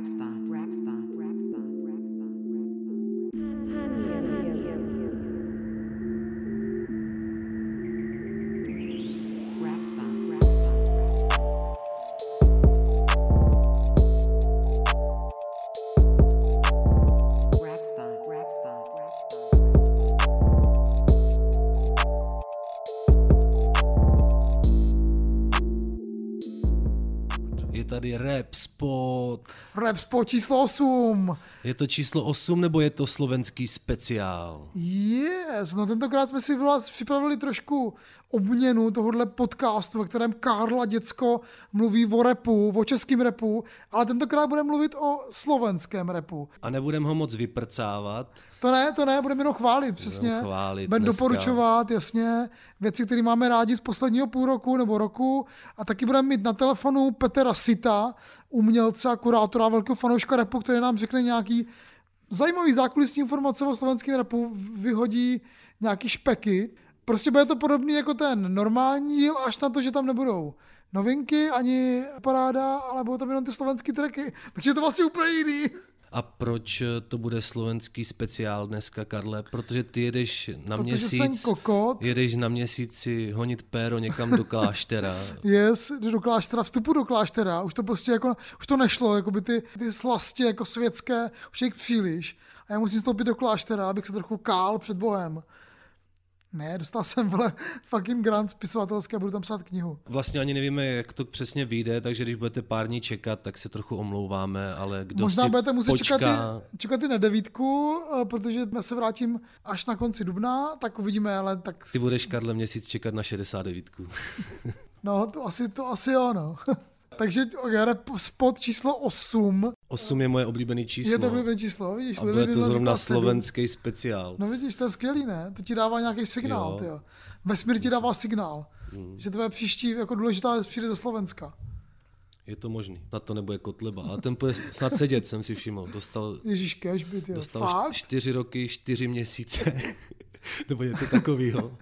Rap spot, rap spot, rap spot, rap spot, rap spot. Rap spot, rap spot. Rap spot, rap spot, rap spot. Je tady Rap Spot. Rap Spot číslo 8. Je to číslo 8 nebo je to slovenský speciál? Yes, no tentokrát jsme si připravili trošku obměnu tohohle podcastu, ve kterém Karla Děcko mluví o rapu, o českém rapu, ale tentokrát budeme mluvit o slovenském rapu. A nebudeme ho moc vyprcávat. To ne, budeme jenom chválit, přesně. Budeme doporučovat, jasně, věci, které máme rádi z posledního půl roku nebo roku. A taky budeme mít na telefonu Petra Sita, umělce a kurátora, velkého fanouška rapu, který nám řekne nějaký zajímavý zákulisní informace o slovenském rapu, vyhodí nějaký špeky. Prostě bude to podobný jako ten normální díl, až na to, že tam nebudou novinky, ani paráda, ale budou tam jenom ty slovenský tracky. Takže je to vlastně úplně jiný. A proč to bude slovenský speciál dneska, Karle? Protože ty jedeš na jedeš na měsíc si honit péro někam do kláštera. Yes, jdu do kláštera, vstupu do kláštera, už to prostě jako, už to nešlo, jako by ty slasti jako světské, už je jich příliš. A já musím vstoupit do kláštera, abych se trochu kál před Bohem. Ne, dostal jsem fucking grant spisovatelský a budu tam psát knihu. Vlastně ani nevíme, jak to přesně vyjde, takže když budete pár dní čekat, tak se trochu omlouváme, ale kdo možná si budete muset počká... čekat i na 9, protože já se vrátím až na konci dubna, tak uvidíme, ale tak... Ty budeš, Karle, měsíc čekat na 69. No, to asi jo, no. Takže Rap Spot číslo 8. 8 je moje oblíbené číslo. Je to oblíbené číslo, vidíš? A bude to zrovna slovenský speciál. No vidíš, to je skvělý, ne? To ti dává nějaký signál, tyjo. Vesmír ti dává signál, že tvoje příští jako důležitá věc přijde ze Slovenska. Je to možný. Na to nebude Kotleba. Ale ten bude snad sedět, jsem si všiml. Dostal 4 roky, 4 měsíce. Nebo něco takového.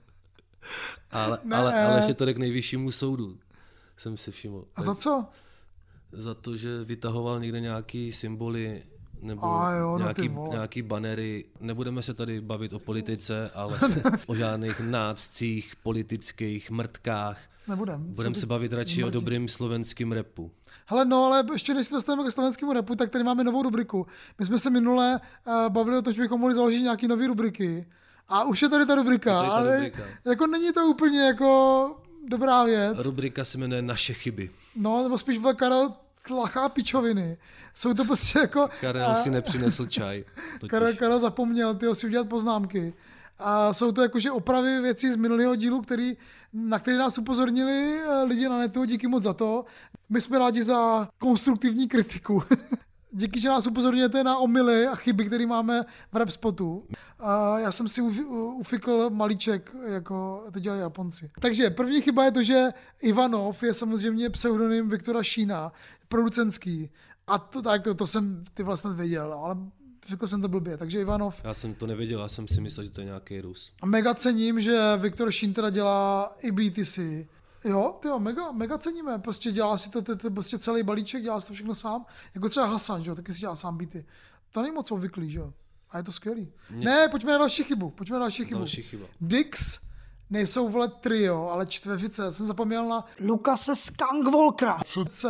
Ale že to jde k nejvyššímu soudu. Jsem si všiml. A za co? Za to, že vytahoval někde nějaký symboly nebo nějaký banery. Nebudeme se tady bavit o politice, ale o žádných nácích, politických mrtkách. Budeme se bavit radši o dobrým slovenským rapu. Hele, no, ale ještě než se dostaneme k slovenskému rapu, tak tady máme novou rubriku. My jsme se minule bavili o tom, že bychom mohli založit nějaký nový rubriky. A už je tady ta rubrika, ale jako není to úplně jako dobrá věc. Rubrika se jmenuje Naše chyby. No, nebo spíš Karel tlachá pičoviny. Jsou to prostě jako... Karel si nepřinesl čaj. Karel zapomněl si udělat poznámky. A jsou to jakože opravy věcí z minulého dílu, na který nás upozornili lidi na netu, díky moc za to. My jsme rádi za konstruktivní kritiku. Díky, že nás upozorňujete na omyly a chyby, které máme v Rap Spotu. A já jsem si ufikl malíček, jako to dělali Japonci. Takže první chyba je to, že Ivanov je samozřejmě pseudonym Viktora Šína, producentský. A to jsem ty vlastně věděl, ale řekl jsem to blbě. Takže Ivanov... Já jsem to nevěděl, já jsem si myslel, že to je nějaký Rus. Mega cením, že Viktor Šín teda dělá i BTC. Jo, mega ceníme, prostě dělá si to prostě celý balíček, dělá si to všechno sám, jako třeba Hasan, že jo, taky si dělá sám beaty. To není moc obvyklý, že jo, a je to skvělý. Ne, pojďme na další chybu. Další chyba. Dix nejsou vole trio, ale čtveřice, já jsem zapomněl na Lukase Skankvolkera.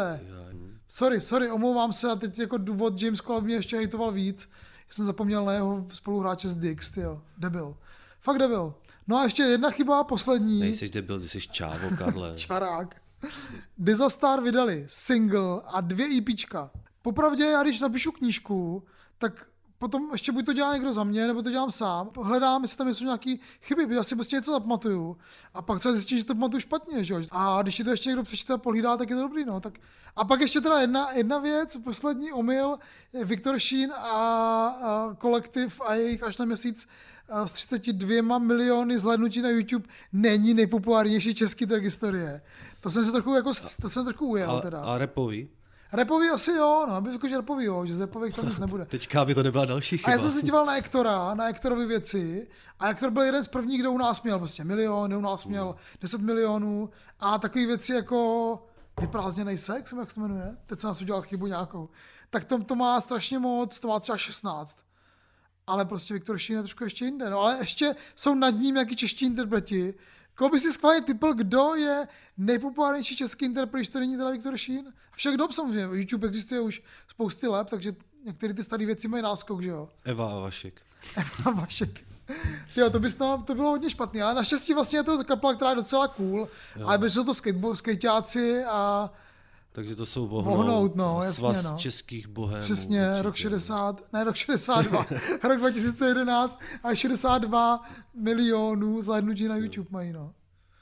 Sorry, omlouvám se a teď jako důvod James Cole mě ještě hejtoval víc, já jsem zapomněl na jeho spoluhráče z Dix, tyjo, debil. Fakt debil. No a ještě jedna chyba, poslední. Nejseš debil, ty jsi čávo, Karle. Čarák. Dizastar vydali single a 2 EPčka. Popravdě, já když napíšu knížku, tak potom ještě buď to dělá někdo za mě, nebo to dělám sám. Hledám, jestli tam jsou nějaký chyby, já si prostě něco zapamatuju. A pak třeba zjistím, že to pamatuju špatně, že jo. A když ti to ještě někdo přečte a pohlídá, tak je to dobrý, no. Tak... A pak ještě teda jedna věc, poslední omyl, Viktor Šín a kolektiv a jejich až na měsíc s 32 miliony zhlédnutí na YouTube není nejpopulárnější český track historie. To jsem se trochu ujel teda. A rapový? Rapový asi jo, no, abych řekl, že rapový jo, že z rapových tam nic nebude. Teďka by to nebyla další chyba. A já jsem se díval na Hectorovy věci a Hector byl jeden z prvních, kdo u nás měl prostě 1 milion, kdo u nás měl 10 milionů a takové věci jako Vyprázdněnej sex, jak se to jmenuje, teď jsem nás udělal chybu nějakou, tak to má strašně moc, to má třeba 16. Ale prostě Viktor Šín je trošku ještě jinde. No ale ještě jsou nad ním nějaký čeští interpreti. Koho by si schválně typl, kdo je nejpopulárnější český interpret, když to není teda Viktor Šín? Však dob samozřejmě, YouTube existuje už spousty let, takže některé ty staré věci mají náskok, že jo? Eva a Vašek. Eva a Vašek. Tyjo, to bylo hodně špatný, ale naštěstí vlastně je to kapela, která je docela cool, jo. Ale jsou to skejťáci a... Takže to jsou Vohnout, no, jasně, svaz no. českých bohémů. Přesně, určitě. Rok 62, rok 2011 a 62 milionů zhlédnutí na YouTube mají, no.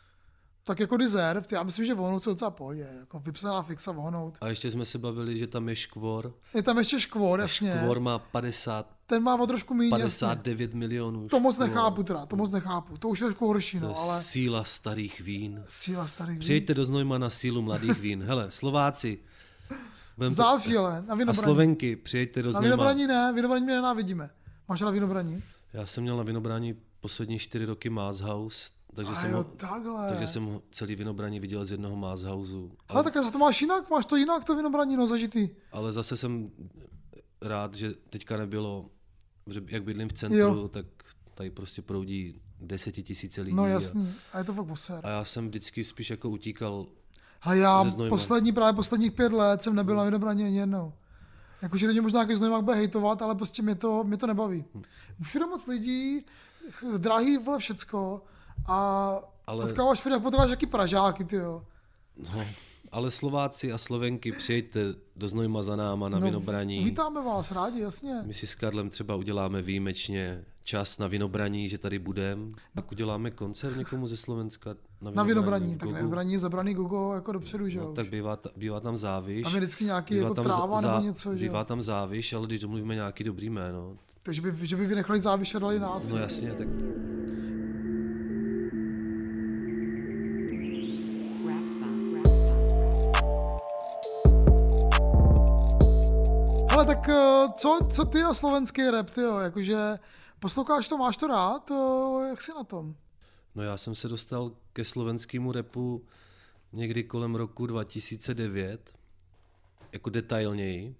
Tak jako Deserve, já myslím, že Vohnout jsou docela pohodě, jako vypsaná fixa Vohnout. A ještě jsme se bavili, že tam je Škvor. Je tam ještě Škvor, jasně. Škvor má 50. Ten má o trošku méně. 59 jasně. Milionů. To moc nechápu teda, to už je trošku horší, no, ale... Síla starých vín. Síla starých vín. Přijďte do Znojma na sílu mladých vín. Hele, Slováci. Závřile, na Vinobraní. A Slovenky, přijďte do Znojma. Na Vinobraní ne, Vinobraní mě nenávidíme. Máš na Vinobraní? Já jsem měl na Vinobraní poslední 4 roky Maashaus, takže jsem ho celý Vinobraní viděl z jednoho Maashausu. Ale tak za to máš jinak, máš to jinak, to Vinobraní, no, zažitý. Ale zase jsem rád, že teďka nebylo, že jak bydlím v centru, jo. Tak tady prostě proudí 10 000 lidí. No jasný, a je to fakt oser. A já jsem vždycky spíš jako utíkal. Ale já posledních 5 let jsem nebyl na Vinobraní ani jednou. Jakože teď možná nějaký Znojmák bude hejtovat, ale prostě mě to nebaví. Všude moc lidí, drahý, vole, všecko a potkáváš jaký Pražáky, tyjo. No, ale Slováci a Slovenky, přijďte do Znojma za náma na Vinobraní. Vítáme vás, rádi, jasně. My si s Karlem třeba uděláme výjimečně čas na Vinobraní, že tady budeme. Tak uděláme koncert někomu ze Slovenska na Vinobraní. Tak na Vinobraní je zabraný Google jako dopředu, že jo? No, tak bývá tam Záviš. Tam je vždycky nějaký jako tráva nebo něco, že jo? Bývá tam Záviš, ale když domluvíme nějaký dobrý jméno. Takže že by vynechali Záviš a dali nás. No jasně, tak... Ale tak co ty a slovenský rap, tyjo, jakože posloucháš to, máš to rád, jak jsi na tom? No já jsem se dostal ke slovenskému rapu někdy kolem roku 2009, jako detailněji,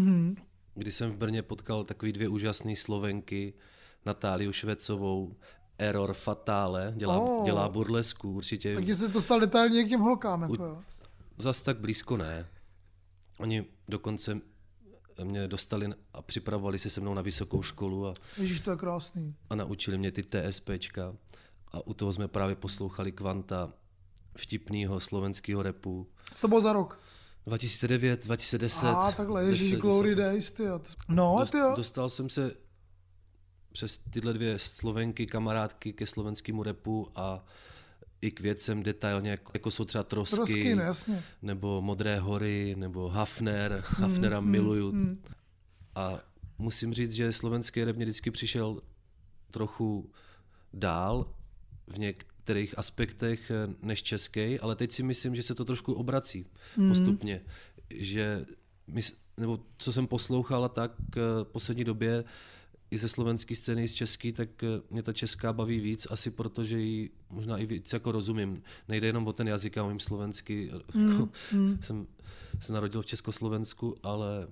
kdy jsem v Brně potkal takový 2 úžasné Slovenky, Natáliu Švecovou, Error Fatále, dělá burlesku určitě. Takže jsi dostal detailně k těm holkám, jako jo? Zas tak blízko ne. Oni dokonce mě dostali a připravovali se mnou na vysokou školu. Ježíš, to je krásný. A naučili mě ty TSPčka. A u toho jsme právě poslouchali Kvanta, vtipnýho slovenského rapu. Co to bylo za rok? 2009, 2010. Takhle, Ježíš, Glory Days, tyjo. No, tyjo. Dostal jsem se přes tyhle 2 Slovenky, kamarádky ke slovenskému rapu a i k věcem detailně, jako jsou třeba Trosky no, jasně. Nebo Modré hory, nebo Hafner. Hafnera miluju. A musím říct, že slovenský rap mě vždycky přišel trochu dál v některých aspektech než český, ale teď si myslím, že se to trošku obrací postupně. Že nebo co jsem poslouchal a tak v poslední době i ze slovenské scény, i z český, tak mě ta česká baví víc, asi protože ji možná i víc jako rozumím. Nejde jenom o ten jazyk, já umím slovensky. Jsem se narodil v Československu, ale...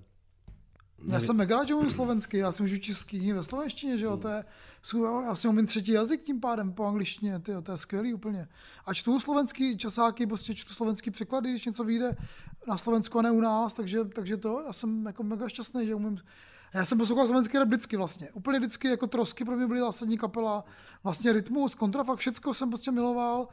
Já jsem mega rád, že umím slovensky, já jsem český ve slovenštině, že jo, to je, já si umím 3. jazyk tím pádem po angličtině, tyjo, to je skvělý úplně. A čtu slovenský časáky, prostě čtu slovenský překlady, když něco vyjde na Slovensku a ne u nás, takže to, já jsem jako mega šťastný, že umím. Já jsem poslouchal slovenský rap vždycky vlastně, úplně vždycky, jako Trosky pro mě byly zásadní kapela, vlastně Rytmus, Kontrafakt, všecko jsem prostě miloval,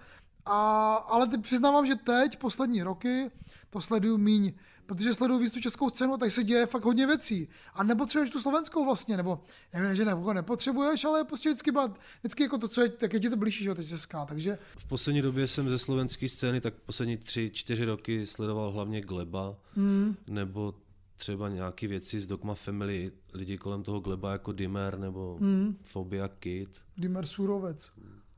ale přiznávám, že teď, poslední roky, to sleduju míň, protože sleduju víc tu českou scénu a tady se děje fakt hodně věcí. A nepotřebuješ tu slovenskou vlastně, nebo nevím, že nepotřebuješ, ale prostě vždycky jako to, co je, tak je ti to blížší, že jo, teď česká, takže... V poslední době jsem ze slovenské scény, tak poslední 3-4 roky sledoval hlavně Gleba, nebo třeba nějaké věci z Dogma Family, lidi kolem toho Gleba jako Dimmer, nebo Phobia Kid. Dimmer Surovec.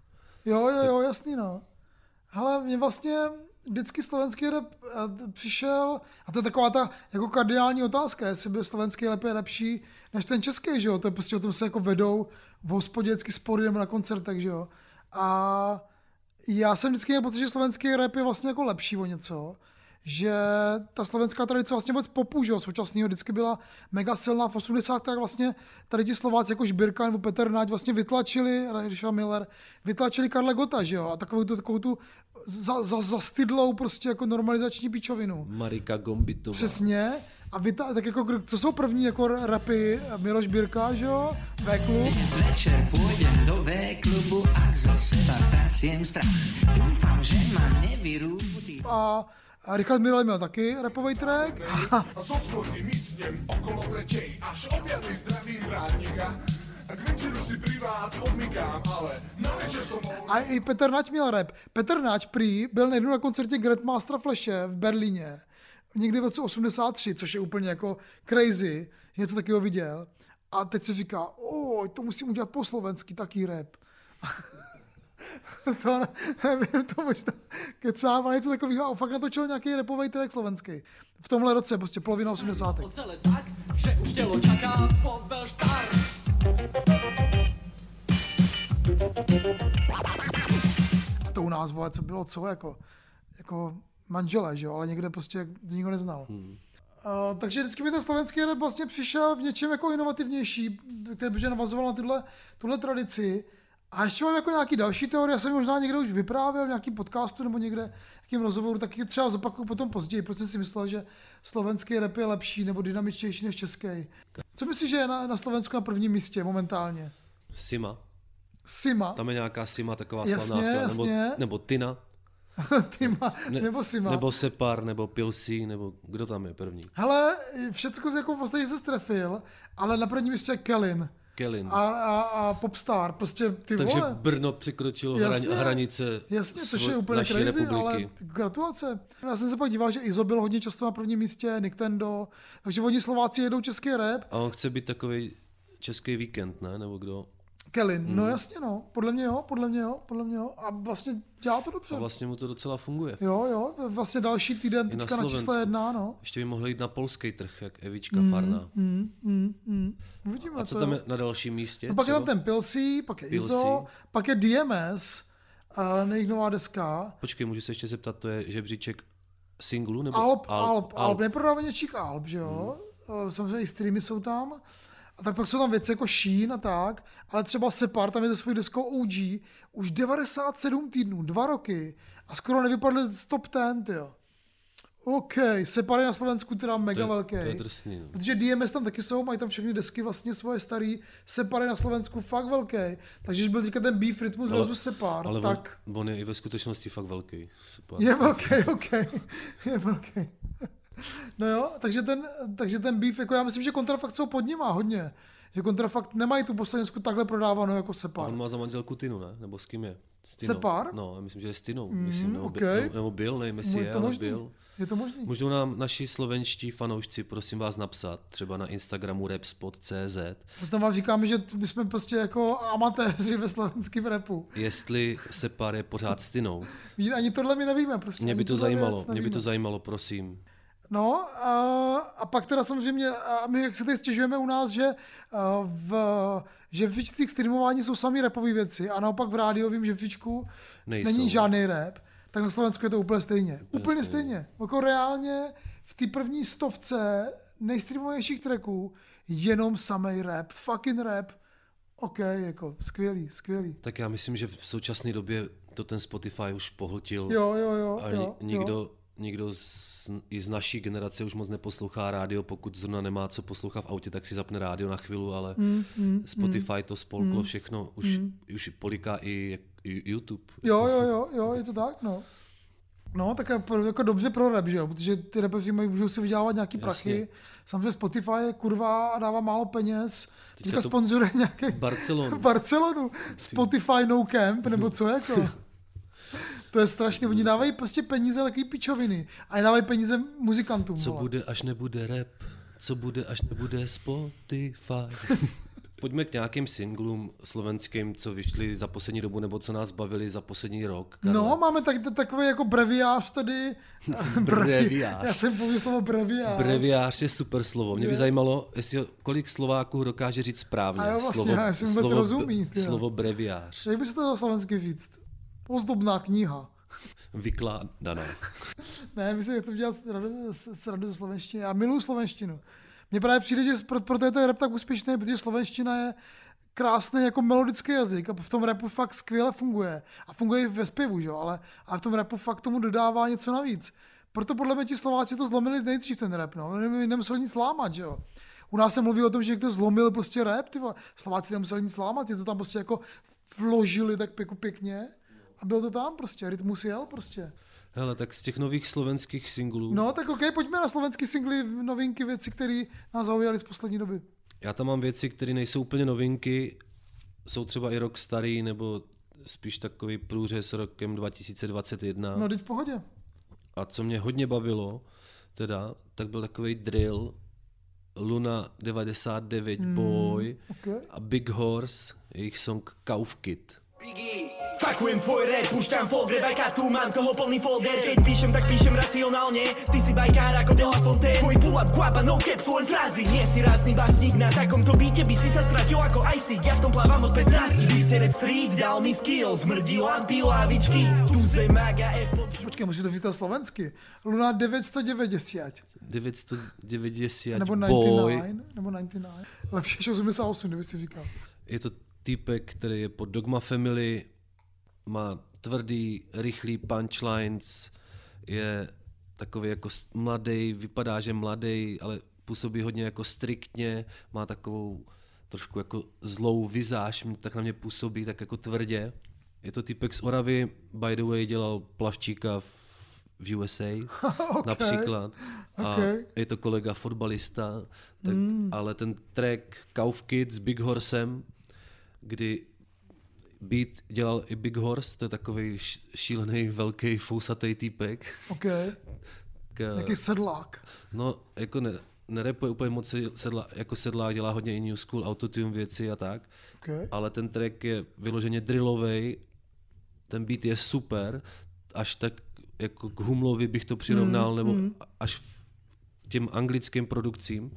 Jo, jasný, no. Hele, mě vlastně vždycky slovenský rap přišel, a to je taková ta jako kardinální otázka, jestli by slovenský rap je lepší než ten český, že jo, to je prostě o tom se jako vedou v hospodě vždycky spory nebo na koncertech, že jo. A já jsem vždycky měl pocit, že slovenský rap je vlastně jako lepší o něco, že ta slovenská tradice vlastně vůbec popu, že současného vždycky byla mega silná v 80. tak vlastně tady ti Slováci jako Žbírka nebo Petr Nať vlastně vytlačili, Richard Miller, vytlačili Karla Gotta, že jo, a takovou tu zastydlou prostě jako normalizační píčovinu. Marika Gombitová. Přesně. A tak jako, co jsou první jako rapy Miloš Birka, že jo? V-klub. Dnes večer pôjdem do V-klubu, ak zo seba strasiem strach. Dúfam, že ma nevyrúbu tí... A Richard Miller měl taky rapový track. A soskoci místněm okolo trečej, až objavej zdravým vrátníka. A k večeru si privát odmykám, ale na večer som... A i Petr Nať měl rap. Petr Nať prý byl jednou na koncertě Grandmastera Flashe v Berlíně. Někdy v roce 83, což je úplně jako crazy, něco takového viděl. A teď si říká, to musím udělat po slovensky, taký rap. To nevím, to možná kecám, ale něco takového. A fakt natočil nějaký rapovej track slovenský. V tomhle roce, prostě polovina 80. Celé tak, že už tělo čaká povel štár. A to u nás, vole, co bylo, co jako manželé, že jo, ale někde prostě nikdo neznal. Takže vždycky mi ten slovenský rap vlastně přišel v něčem jako inovativnější, který by navazoval na tuhle tradici. A ještě mám jako nějaký další teorie, já jsem možná někde už vyprávěl v nějakým podcastu nebo někde nějakým rozhovoru, taky třeba zopakuju potom později, protože si myslel, že slovenský rap je lepší nebo dynamičtější než český. Co myslíš, že je na Slovensku na prvním místě momentálně? Sima. Tam je nějaká Sima, taková slavná zpěva, nebo Tina. Nebo Sima. Nebo Separ, nebo Pilsi, nebo kdo tam je první? Hele, všecko jako v podstatě se strefil, ale na prvním místě je Kellin. A Popstar, prostě ty Takže vole. Brno překročilo hranice což je úplně naší crazy, republiky. Ale gratulace. Já jsem se pak díval, že Izo byl hodně často na prvním místě, Nintendo, takže oni Slováci jedou český rap. A on chce být takový český víkend, ne? Nebo kdo? Kellin, no jasně no, podle mě jo. A vlastně dělá to dobře. A vlastně mu to docela funguje. Jo, vlastně další týden teďka na číslo 1, no. Ještě by mohli jít na polský trh, jak Evička Farná. Uvidíme. A co tam je na dalším místě? No, pak je tam ten Pilsi, pak je Izo, pak je DMS, jejich nová deska. Počkej, můžu se ještě zeptat, to je žebříček singlu? Nebo Alp. Neprodávanějších Alp, že jo? Samozřejmě i streamy jsou tam. A tak pak jsou tam věci jako Sheen a tak, ale třeba Separ, tam je ze svou deskou OG, už 97 týdnů, 2 roky a skoro nevypadly z top 10, jo. OK, Separ je na Slovensku teda mega velký. To je drsný, no. Protože DMS tam taky jsou, mají tam všechny desky vlastně svoje starý, Separ je na Slovensku fakt velký. Takže když byl teďka ten Beef Rytmus versus Separ, ale tak... on je i ve skutečnosti fakt velký. Separ. Je velký, OK. Je velký. No jo, takže ten beef, jako já myslím, že Kontrafakt jsou pod nima hodně. Že Kontrafakt nemají tu poslednicku takhle prodávanou jako Separ. On má za manželku Tinu, ne? Nebo s kým je? Separ? No, já myslím, že je s Tinou. Nebo byl, nevím, jestli je, ale byl. Je to možný. Můžou nám naši slovenští fanoušci, prosím vás, napsat, třeba na Instagramu rapspot.cz. Prostě vám říkáme, že my jsme prostě jako amatéři ve slovenském rapu. Jestli Separ je pořád s Tinou. Ani tohle my nevíme. Prostě. Mě by to zajímalo, prosím. No a pak teda samozřejmě, my jak se tady stěžujeme u nás, že v žebříčcích streamování jsou samý rapové věci a naopak v rádiovém žebříčku není žádný rap, tak na Slovensku je to úplně stejně. Úplně stejně. Jako reálně v té první 100 nejstreamovanějších tracků jenom samej rap, fucking rap. OK, jako skvělý. Tak já myslím, že v současné době to ten Spotify už pohltil. Jo. A nikdo z naší generace už moc neposlouchá rádio, pokud zrovna nemá co poslouchat v autě, tak si zapne rádio na chvíli, ale Spotify to spolklo všechno, už poliká i YouTube. Jo, je to tak, no. No, tak jako dobře pro rap, že jo, protože ty rapeři můžou si vydělávat nějaký prachy. Samozřejmě Spotify je kurva a dává málo peněz. Teďka sponzoruje nějaký Barcelonu. Spotify No Camp, nebo co jako. To je strašné, oni dávají prostě peníze na takový pičoviny a nedávají peníze muzikantům. Co bude, až nebude rap? Co bude, až nebude Spotify? Pojďme k nějakým singlům slovenským, co vyšly za poslední dobu, nebo co nás bavili za poslední rok. Karle. No, máme takový jako breviář tady. Breviář. Já jsem použil slovo breviář. Breviář je super slovo. Mě by zajímalo, kolik Slováků dokáže říct správně. A jo, vlastně, já si vůbec rozumí. Slovo breviář. Jak by se to dalo slovensky říct? Ozdobná kniha. vykládaná. Ne, my si nechceme dělat srandu ze slovenštiny. Já miluju slovenštinu. Mně právě přijde, že proto je ten rap tak úspěšný, protože slovenština je krásný jako melodický jazyk a v tom rapu fakt skvěle funguje. A funguje i ve zpěvu, že? Ale v tom rapu fakt tomu dodává něco navíc. Proto podle mě ti Slováci to zlomili nejdřív ten rap, no. Nemuseli nic lámat, že jo. U nás se mluví o tom, že někdo zlomil prostě rap, Slováci nemuseli nic lámat, je to tam prostě jako vložili tak pěkně a bylo to tam prostě, rytmus jel prostě. Hele, tak z těch nových slovenských singlů... No tak okej, pojďme na slovenský singly, novinky, věci, které nás zaujaly z poslední doby. Já tam mám věci, které nejsou úplně novinky, jsou třeba i rok starý, nebo spíš takový průřez rokem 2021. No teď v pohodě. A co mě hodně bavilo, teda, tak byl takový drill Luna 99 Boy a Big Horse, jejich song Kaufkit. Fakujem tvoj rap, púšťam folk rap, aká tu mám toho plný folder. Keď píšem, tak píšem racionálne, ty si bajkár ako De La Fontaine. Tvoj pull-up, guapa, no cap sú len frázy. Nie si rázny básnik, na takomto beate by si sa stratil ako Icy. Ja v tom plávam od 15. Vyserec street, dal mi skill, smrdí lampy, lávičky. Tu zemaga, Apple. Počkej, musíš to říct slovensky. Luna 990. 990 nebo Boy. 99, nebo 99. Lepší než 88, kdyby si říkal. Je to týpek, který je pod Dogma Family, má tvrdý, rychlý punchlines, je takový jako mladý, vypadá, že mladý, ale působí hodně jako striktně, má takovou trošku jako zlou vizáž, tak na mě působí tak jako tvrdě. Je to týpek z Oravy, by the way dělal Plavčíka v USA například. A je to kolega fotbalista, tak, ale ten track Kaufkit s Big Horsem, kdy beat dělal i Big Horse, to je takový šílený, velký, fousatý týpek. Jaký sedlák. No, jako nerapuje úplně moc jako sedlák, dělá hodně i new school, autotune věci a tak. Ale ten track je vyloženě drillovej, ten beat je super, až tak jako k Humlovi bych to přirovnal, nebo až k těm anglickým produkcím.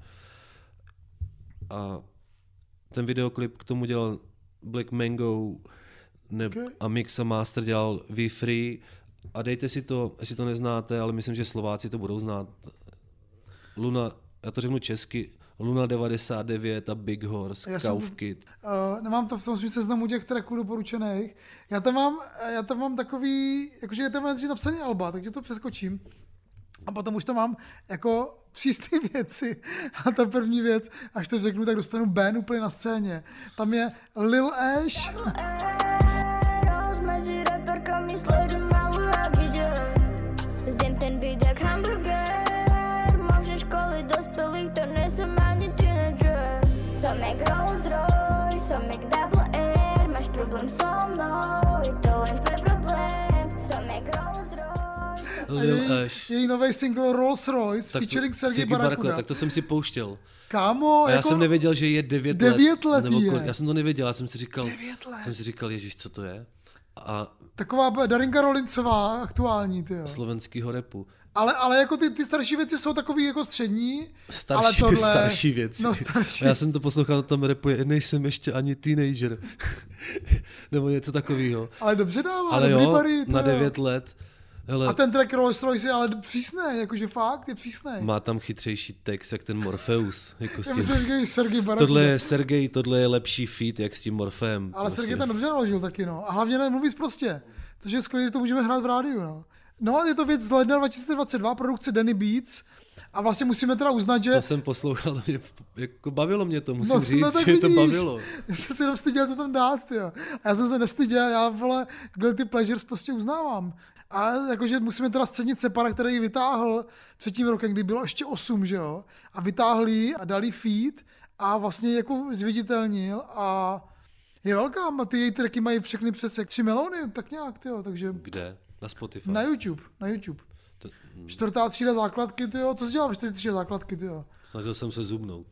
A ten videoklip k tomu dělal Black Mango a Mix a Master dělal We Free a dejte si to, jestli to neznáte, ale myslím, že Slováci to budou znát. Luna, já to řeknu česky, Luna 99 a Big Horse, Kaufkit. Nemám to v tom svým seznamu těch tracků doporučených. Já tam mám takový, jakože je tam nejdřív napsaný alba, takže to přeskočím. A potom už tam mám jako přísné věci. A ta první věc, až to řeknu, tak dostanu Ben úplně na scéně. Tam je Lil Ash. Som jak Rolls Royce, som jak Double R, máš problém so mnou, je to len tvoj problém, som jak Rolls Royce. Její nový single Rolls Royce featuring Sergej Barakuda. Tak to jsem si pouštěl. Kámo, a já jsem nevěděl, že je 9 let. 9 let je. Já jsem to nevěděl, já jsem si říkal, ježiš, co to je? A taková Darinka Rolincová, aktuální, tyjo. Slovenskýho rapu. Ale jako ty starší věci jsou takový jako střední. Starší věci. No, starší. Já jsem to poslouchal, tam rapuje, nejsem ještě ani teenager. Nebo něco takového. Ale dobře dává, ale dobrý jo, bary. Na 9 let. Hele, a ten track Rolls Royce je ale přísnej, jakože fakt je přísnej. Má tam chytřejší text, jak ten Morpheus. Jako já myslím, že Sergej Barakuda. Tohle je Sergej, tohle je lepší feat, jak s tím Morfem. Ale prostě. Sergej tam dobře naložil taky, no. A hlavně nemluví prostě. Takže je skvělé, že to můžeme hrát v rádiu, no. No, je to věc z ledna 2022, produkce Danny Beats. A vlastně musíme teda uznat, že... To jsem poslouchal, jako bavilo mě to, musím říct, že to bavilo. Já jsem si nestyděl to tam dát, tyjo. A já jsem se nestyděl, já vole, guilty pleasures prostě uznávám. A jakože musíme teda scenit Separa, který ji vytáhl před tím rokem, kdy bylo ještě 8, že jo? A vytáhl ji a dal jí feed a vlastně jako zviditelnil a je velká, ty její tracky mají všechny přes 3 miliony, tak nějak, tyjo, takže... Kde? Na Spotify? Na YouTube. Čtvrtá třída základky, tyjo, co jsi dělal ve 4. třídě základky, tyjo? Snažil jsem se zubnout.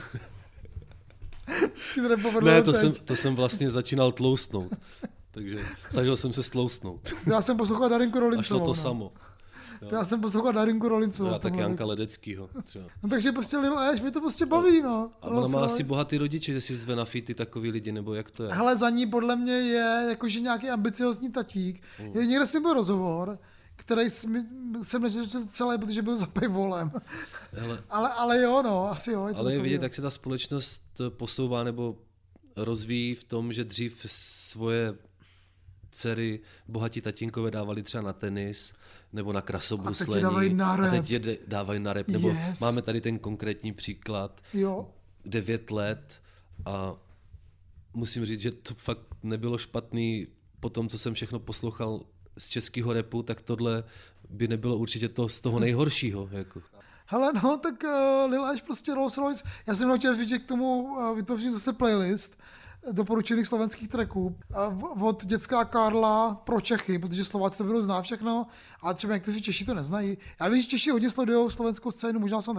Ne, to jsem vlastně začínal tloustnout. Takže snažil jsem se stloustnout. Já jsem poslouchal Darinku Rolincovou. A šlo to samo. Jo. Já jsem poslouchal Darinku Rolincovou. Já tak Janka Ledeckýho třeba. No takže prostě Lil Ash, mě to prostě baví, no. A ona má asi bohatý rodiče, že si zve na featy takový lidi, nebo jak to je? Hele, za ní podle mě je jakože nějaký ambiciozní tatík. Někde jsem byl rozhovor, který jsem nečetl celé, protože byl za pivolem. Ale jo, no, asi jo. Ale je vidět, jak se ta společnost posouvá nebo rozvíjí v tom, že dřív svoje dcery bohatí tatínkové dávali třeba na tenis nebo na krasobruslení. A teď je dávají na rap. Nebo máme tady ten konkrétní příklad. Jo. 9 let a musím říct, že to fakt nebylo špatný po tom, co jsem všechno poslouchal z českého rapu, tak tohle by nebylo určitě to z toho nejhoršího. Jako. Hele, no, tak Lil Ash prostě Rolls Royce. Já jsem chtěl říct, že k tomu vytvořím zase playlist doporučených slovenských tracků od Dětská Karla pro Čechy, protože Slováci to budou znát všechno, ale třeba někteří Češi to neznají. Já vím, že Češi hodně sledují slovenskou scénu, možná se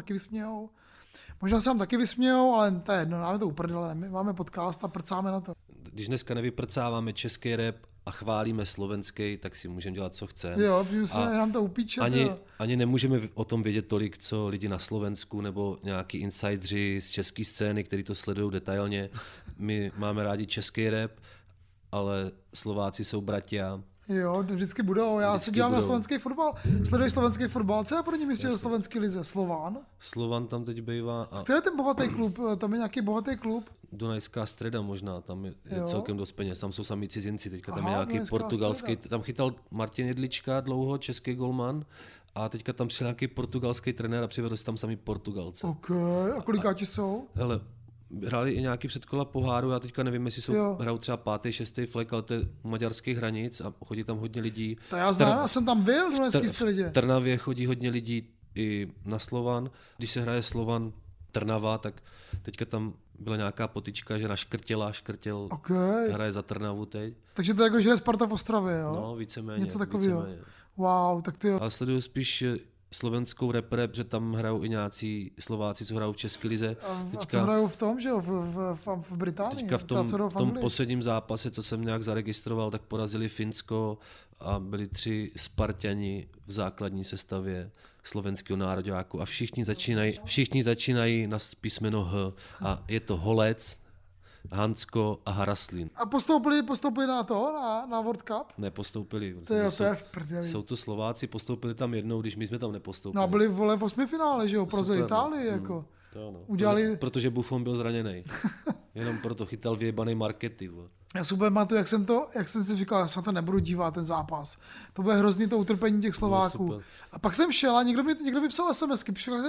vám taky vysmějou, ale to je jedno, máme to uprdele, my máme podcast a prcáme na to. Když dneska nevyprcáváme český rap a chválíme slovenský, tak si můžeme dělat, co chceme. Jo, protože se nám to upíče. Ani nemůžeme o tom vědět tolik, co lidi na Slovensku nebo nějaký insidři z české scény, kteří to sledují detailně. My máme rádi český rap, ale Slováci jsou bratia. Jo, vždycky budou. Já se dívám na slovenský fotbal. Sleduji slovenský fotbal. Co je pro ně myslíte o slovenský lize? Slovan? Slovan tam teď bývá. Který je ten bohatý klub? Tam je nějaký bohatý klub? Dunajská Streda možná, tam je celkem dost peněz. Tam jsou sami cizinci. Teďka tam je nějaký portugalský. Streda. Tam chytal Martin Jedlička dlouho, český golman. A teďka tam přišel nějaký portugalský trenér a přivedl si tam sami Portugalce. OK. A kolikáti jsou? Hele, hráli i nějaký předkola poháru, já teďka nevím, jestli hrajou třeba 5., 6. flek, ale to je u maďarských hranic a chodí tam hodně lidí. To já znám, já jsem tam byl v Dunajské Středě. V Trnavě chodí hodně lidí i na Slovan. Když se hraje Slovan Trnava, tak teďka tam byla nějaká potyčka, že Škrtěl hraje za Trnavu teď. Takže to je jako, že je Sparta v Ostravě, jo? No, víceméně. Něco takového. Wow, tak ty jo. Ale sleduju spíš slovenskou rap, že tam hrajou i nějací Slováci, co hrajou v české lize. A co hrajou v tom, že jo, v Británii? Teďka v tom posledním zápase, co jsem nějak zaregistroval, tak porazili Finsko a byli 3 Sparťani v základní sestavě slovenského nároďáku a všichni začínají na písmeno H a je to Holec, Hansko a Haraslín. A postoupili na to, na World Cup? Nepostoupili. To je v prdeli. Jsou to Slováci, postoupili tam jednou, když my jsme tam nepostoupili. No a byli v 8. finále, že jo, pro Itálii, jako. To no. Udělali... Protože Buffon byl zraněný. Jenom proto chytal vyjebaný markety. Já si úplně pamatuju, jak jsem si říkal, já se na to nebudu dívat, ten zápas. To bude hrozný to utrpení těch Slováků. No, a pak jsem šel a někdo mi psal SMSky,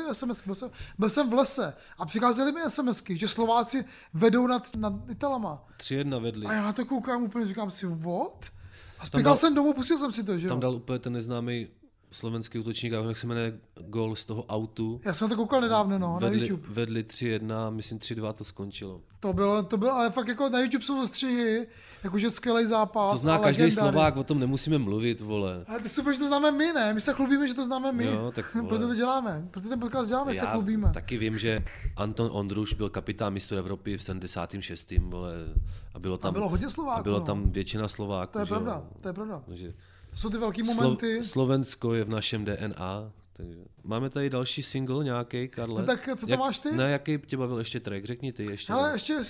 byl jsem v lese a přicházely mi SMSky, že Slováci vedou nad Italama. 3-1 vedli. A já na to koukám úplně, říkám si, what? A spěchal jsem domů, pustil jsem si to, že jo? Tam dal úplně ten neznámý slovenský útočník, jak se jmenuje, gól z toho autu. Já jsem to koukal nedávno, na YouTube. Vedli 3-1, myslím 3-2 to skončilo. To bylo, ale fakt jako na YouTube jsou zastřihy, jakože skvělý zápas. To zná každý Slovák, o tom nemusíme mluvit, vole. Ale ty super, že to známe my, ne? My se chlubíme, že to známe my. Jo, tak proč to děláme? Proč ten podcast děláme, se chlubíme. Taky vím, že Anton Ondruš byl kapitán mistru Evropy v 76. vole, a bylo tam hodně Slováků. A bylo tam většina Slováků. To je pravda. Takže to jsou ty velký momenty. Slovensko je v našem DNA. Takže. Máme tady další single nějaký, Karle? No tak co to máš ty? Ne, jaký tě bavil ještě track? Řekni ty ještě. Ale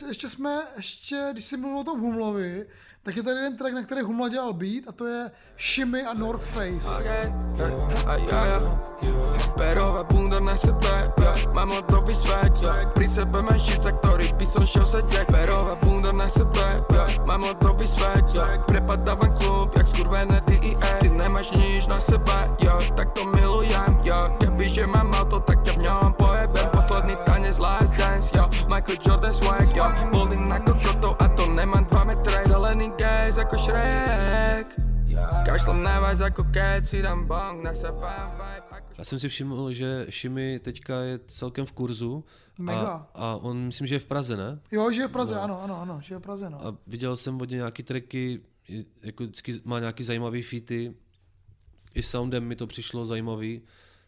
ještě, když jsi mluvil o tom Humlovi, tak je tady jeden track, na který Humla dělal beat a to je Shimmy a North Face. Perová bunda na sebe, mám ledový svet, pri sebe mám žica, ktorý by som šiel sedieť. Perová bunda na sebe, mám ledový svet, prepadávam klub, jak skurvené DEA. Ty nemáš nič na sebe, tak to milujem, kebyže mám auto, tak ťa v ňom pojebem. Posledný tanec, last dance, Michael Jordan swag, boli na kokotov a to nemám 2 metre. Zelený gaze ako Shrek, kašlem na vás jako keď si dám bong na sebe. Já jsem si všiml, že Shimmy teďka je celkem v kurzu. Mega. A on myslím, že je v Praze, ne? Jo, že je v Praze, ano, že je v Praze, no. A viděl jsem od něj nějaký tracky, jako vždycky má nějaký zajímavý featy. I soundem mi to přišlo zajímavý.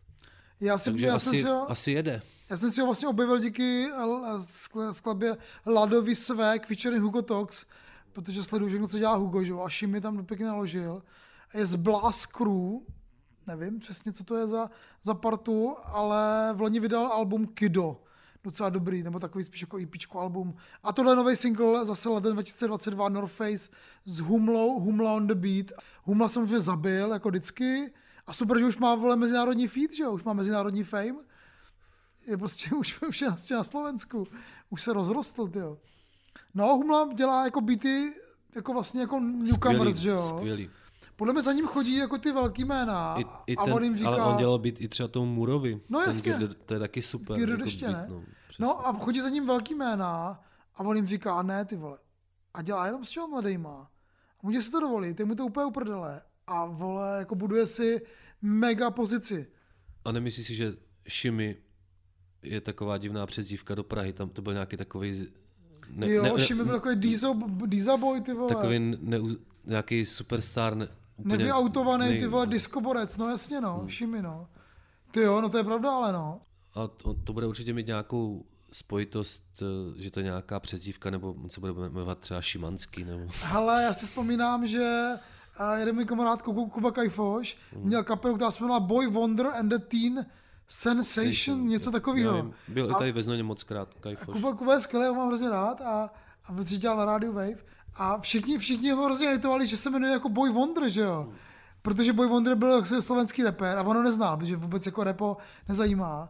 Asi jede. Já jsem si ho vlastně objevil díky skladbě Ladový svek featuring Hugo Tox, protože sleduju všechno, co dělá Hugo, že? A Shimmy tam pěkně naložil. Je z Blast Crew, nevím přesně, co to je za partu, ale v loni vydal album Kido. Docela dobrý, nebo takový spíš jako EPčko album. A tohle je nový single, zase leden 2022, North Face s Humla on the Beat. Humla samozřejmě zabil, jako vždycky, A super, že už má, vole, mezinárodní feed, že jo, už má mezinárodní fame. Je prostě už je na Slovensku. Už se rozrostl, tyjo. No, Humla dělá jako beaty, jako vlastně jako newcomers, že jo. Skvělý. Podle mě za ním chodí jako ty velký jména. A on jim říká... Ale on dělal beat i třeba tomu Murovi. No jasně. To je taky super. Jako deště, beat, no a chodí za ním velký jména a on jim říká, ne ty vole. A dělá jenom s těma mladejma. A může si to dovolit, je mu to úplně uprdele. A vole, jako buduje si mega pozici. A nemyslíš si, že Shimmy je taková divná přezdívka do Prahy? Tam to byl nějaký takový... Shimmy byl takový Diesel boy, ty vole. Takový nějaký superstar. Nevyautovaný, ty vole, diskoborec, no jasně, no, Shimmy, no. Ty jo, no to je pravda, ale no. A to bude určitě mít nějakou spojitost, že to je nějaká přezdívka, nebo on se bude jmenovat třeba Šimanský, nebo... Hele, já si vzpomínám, že jeden můj kamarád Kuba Kajfoš měl kapelu, která se jmenovala Boy Wonder and the Teen Sensation, něco takového. Byl i tady ve Znojmě mockrát Kajfoš. Kuba je skvělý, ho mám hrozně rád a dělal na Radio Wave a všichni ho hrozně hejtovali, že se jmenuje jako Boy Wonder, že jo? Protože Boy Wonder byl slovenský rapper a ono nezná, protože vůbec jako rapo nezajímá.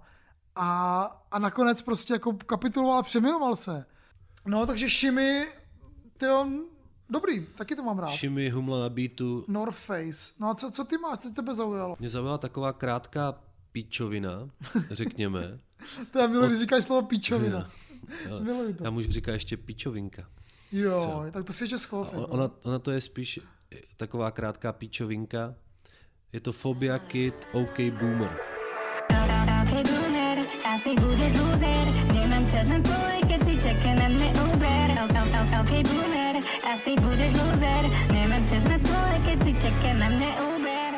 A nakonec prostě jako kapituloval a přeměnoval se. No, takže Shimmy, tyjo, dobrý, taky to mám rád. Shimmy, Humla na beatu. North Face. No a co ty máš, co tebe zaujalo? Mě zaujala taková krátká píčovina, řekněme. To já miluji, když říkáš slovo píčovina. Miluji to. Já můžu říkat ještě píčovinka. Jo, třeba. Tak to si ještě schválím. Ona to je spíš taková krátká píčovinka. Je to Phobia Kid, OK Boomer. OK Boomer, asi budeš loser, nemám čas na tvoj, keď si čeká na mne Uber. OK Boomer, asi budeš loser, nemám čas na tvoj, keď si čeká na mne Uber.